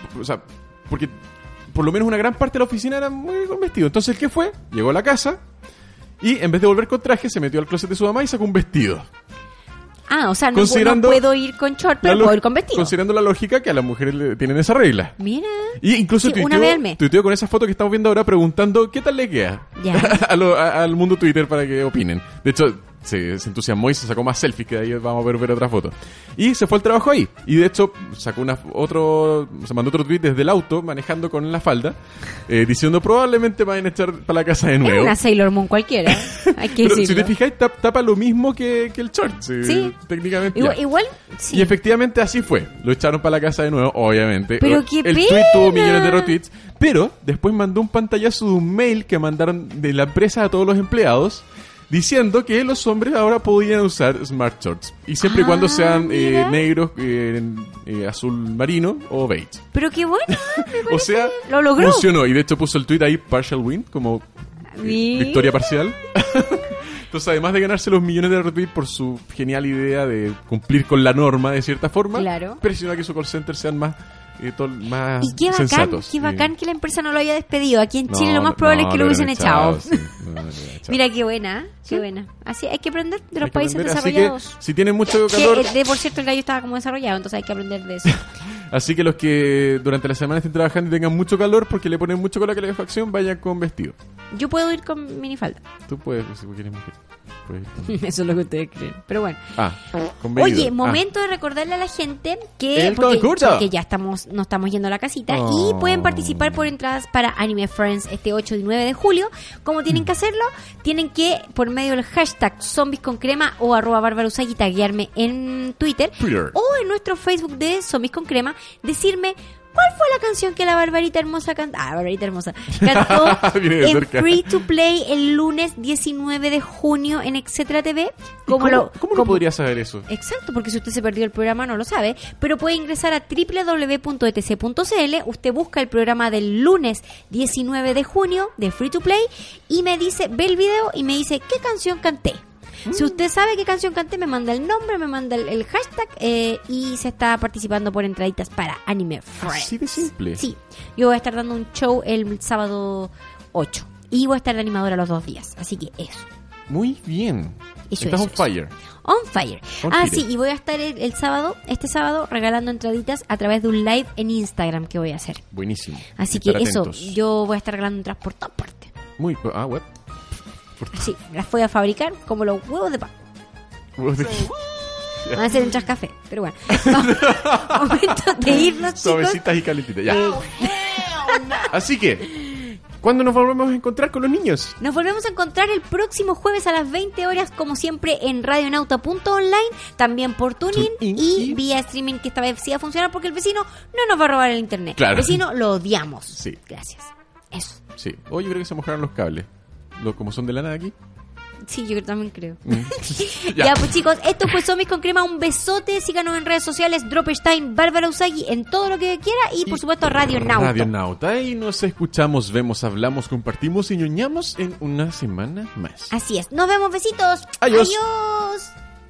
porque por lo menos una gran parte de la oficina era muy con vestido. Entonces, ¿qué fue? Llegó a la casa y en vez de volver con traje, se metió al closet de su mamá y sacó un vestido. Ah, o sea, no Considerando puedo ir con short, pero puedo ir con vestido. Considerando la lógica que a las mujeres le tienen esa regla. Mira. Y incluso Sí, una vez al mes. tuiteo con esa foto que estamos viendo ahora preguntando qué tal le queda Ya. al mundo Twitter para que opinen. De hecho, se entusiasmó y se sacó más selfies, que de ahí vamos a ver otra foto. Y se fue al trabajo ahí. Y de hecho, se mandó otro tweet desde el auto, manejando con la falda, diciendo probablemente me vayan a echar para la casa de Es nuevo. una Sailor Moon cualquiera, hay que Pero decirlo. si te fijáis, tapa lo mismo que el short. Sí. Técnicamente. Igual, ya. igual, sí. Y efectivamente así fue. Lo echaron para la casa de nuevo, obviamente. Pero qué El pena. tweet tuvo millones de retweets. Pero después mandó un pantallazo de un mail que mandaron de la empresa a todos los empleados diciendo que los hombres ahora podían usar smart shorts. Y siempre y cuando sean mira. negros, azul marino o beige. Pero qué bueno, me parece. O sea, Lo logró. funcionó. Y de hecho puso el tweet ahí, partial win, como Mira. victoria parcial. Entonces, además de ganarse los millones de retweets por su genial idea de cumplir con la norma de cierta forma, Claro. presionó a que sus call centers sean más Y qué bacán, sensatos. qué bacán que la empresa no lo haya despedido. Aquí en Chile No, lo más probable es que lo hubiesen hubieran echado. sí. No, lo hubieran echado. Mira qué buena, qué buena. Así hay que aprender de los Hay que países aprender. desarrollados. Así que, si tienen mucho calor, Por cierto, el gallo estaba como desarrollado, entonces hay que aprender de eso. así que los que durante la semana estén trabajando y tengan mucho calor porque le ponen mucho con la calefacción, vayan con vestido. Yo puedo ir con minifalda. Tú puedes, si quieres mujer. Puedes ir con- Eso es lo que ustedes creen. Pero bueno. con medido. Oye, momento de recordarle a la gente que El concurso. porque ya nos estamos yendo a la casita Oh. y pueden participar por entradas para Anime Friends este 8 y 9 de julio. ¿Cómo tienen que hacerlo? Tienen que, por medio del hashtag zombies con crema o @barbarusagi, taguearme en Twitter Twitter. o en nuestro Facebook de Zombies con crema, decirme ¿cuál fue la canción que la Barbarita Hermosa cantó? Barbarita Hermosa cantó Viene de en cerca. Free to Play el lunes 19 de junio en Etcétera TV. ¿Y ¿Cómo no como- podría saber eso? Exacto, porque si usted se perdió el programa no lo sabe, pero puede ingresar a www.etc.cl, usted busca el programa del lunes 19 de junio de Free to Play y me dice, ve el video y me dice qué canción canté. Si usted sabe qué canción canté, me manda el nombre, me manda el hashtag y se está participando por entraditas para Anime Friends. Así de simple. Sí, yo voy a estar dando un show el sábado 8 y voy a estar de animadora los 2 días, así que eso. Muy bien. Eso, Estás eso, on fire. On fire. On Ah, fire. sí, y voy a estar este sábado, regalando entraditas a través de un live en Instagram que voy a hacer. Buenísimo. Así que Estar eso, atentos. yo voy a estar regalando entradas por todas partes. Muy... what? Así, las voy a fabricar como los huevos de pan. Van a ser entradas café, pero bueno. Momento de irnos, chicos. Suavecitas y calentitas. Ya. Así que, ¿cuándo nos volvemos a encontrar con los niños? Nos volvemos a encontrar el próximo jueves a las 20 horas, como siempre, en radionauta.online, también por TuneIn TuneIn y y- vía streaming, que esta vez sí va a funcionar porque el vecino no nos va a robar el internet. Claro. El vecino lo odiamos. Sí. Gracias. Eso. Sí. Hoy yo creo que se mojaron los cables. Como son de lana aquí. Sí, yo también creo. Ya. Ya, pues chicos, esto fue Zombies con Crema. Un besote. Síganos en redes sociales. Dropperstein, Bárbara Usagi, en todo lo que quiera. Y por supuesto, Radio Nauta. Radio Nauta. Y nos escuchamos, vemos, hablamos, compartimos y ñoñamos en una semana más. Así es. Nos vemos, besitos. Adiós. Adiós.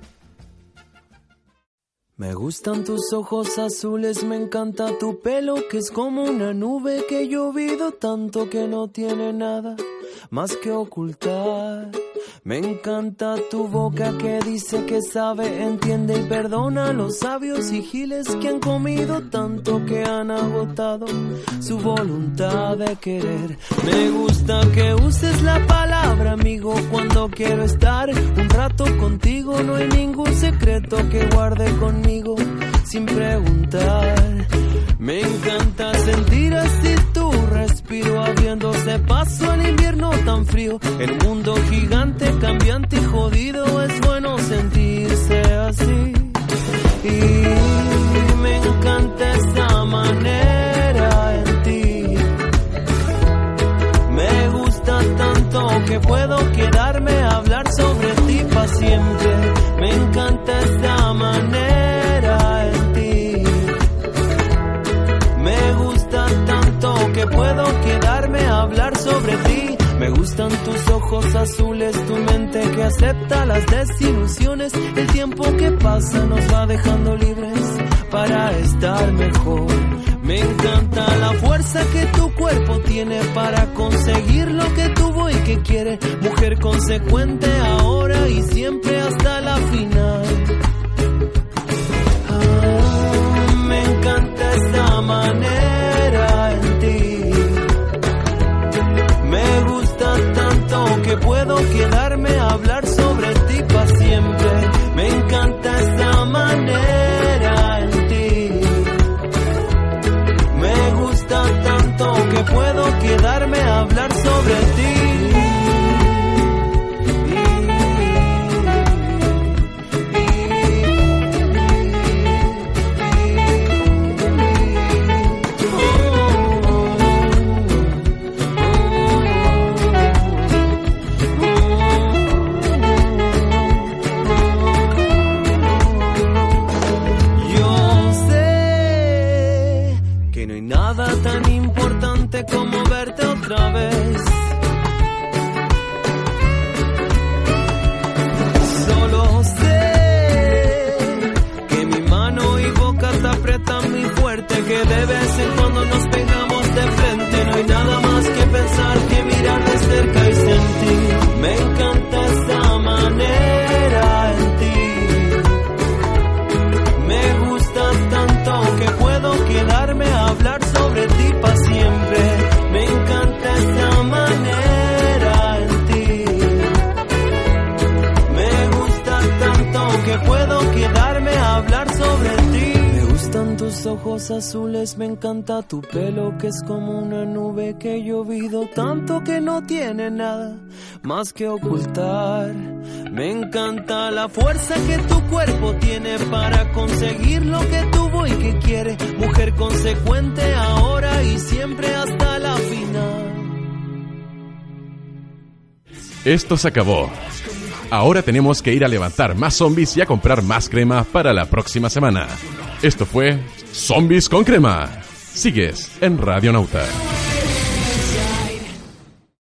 Me gustan tus ojos azules, me encanta tu pelo que es como una nube que he llovido tanto que no tiene nada más que ocultar. Me encanta tu boca que dice que sabe, entiende y perdona a los sabios y giles que han comido tanto que han agotado su voluntad de querer. Me gusta que uses la palabra amigo cuando quiero estar un rato contigo. No hay ningún secreto que guarde conmigo sin preguntar. Me encanta sentir así tu respiro abriéndose paso al invierno tan frío. En un mundo gigante, cambiante y jodido es bueno sentirse así. Y me encanta esa manera en ti. Me gusta tanto que puedo quedarme a hablar sobre ti para siempre. Me encanta esa manera en ti. Me gusta tanto que puedo quedarme a hablar sobre ti. Me gustan tus ojos azules, tu mente que acepta las desilusiones. El tiempo que pasa nos va dejando libres para estar mejor. Me encanta la fuerza que tu cuerpo tiene para conseguir lo que tuvo y que quiere. Mujer consecuente ahora y siempre hasta la final. nada tan importante como verte otra vez. Solo sé que mi mano y boca te aprietan muy fuerte, que de vez en cuando nos pegamos de frente. No hay nada más que pensar que mirar de cerca y sentir. Me encanta esta manera en ti. Me gustas tanto que puedo quedarme a hablar sobre ti para siempre. Me encanta esta manera en ti. Me gustas tanto que puedo quedarme a hablar sobre ti. Me gustan tus ojos azules, me encanta tu pelo que es como una nube que he llovido tanto que no tiene nada más que ocultar. Me encanta la fuerza que tu cuerpo tiene para conseguir lo que tuvo y que quiere. Mujer consecuente ahora y siempre hasta la final. Esto se acabó. Ahora tenemos que ir a levantar más zombies y a comprar más crema para la próxima semana. Esto fue Zombies con Crema. Sigues en Radio Nauta.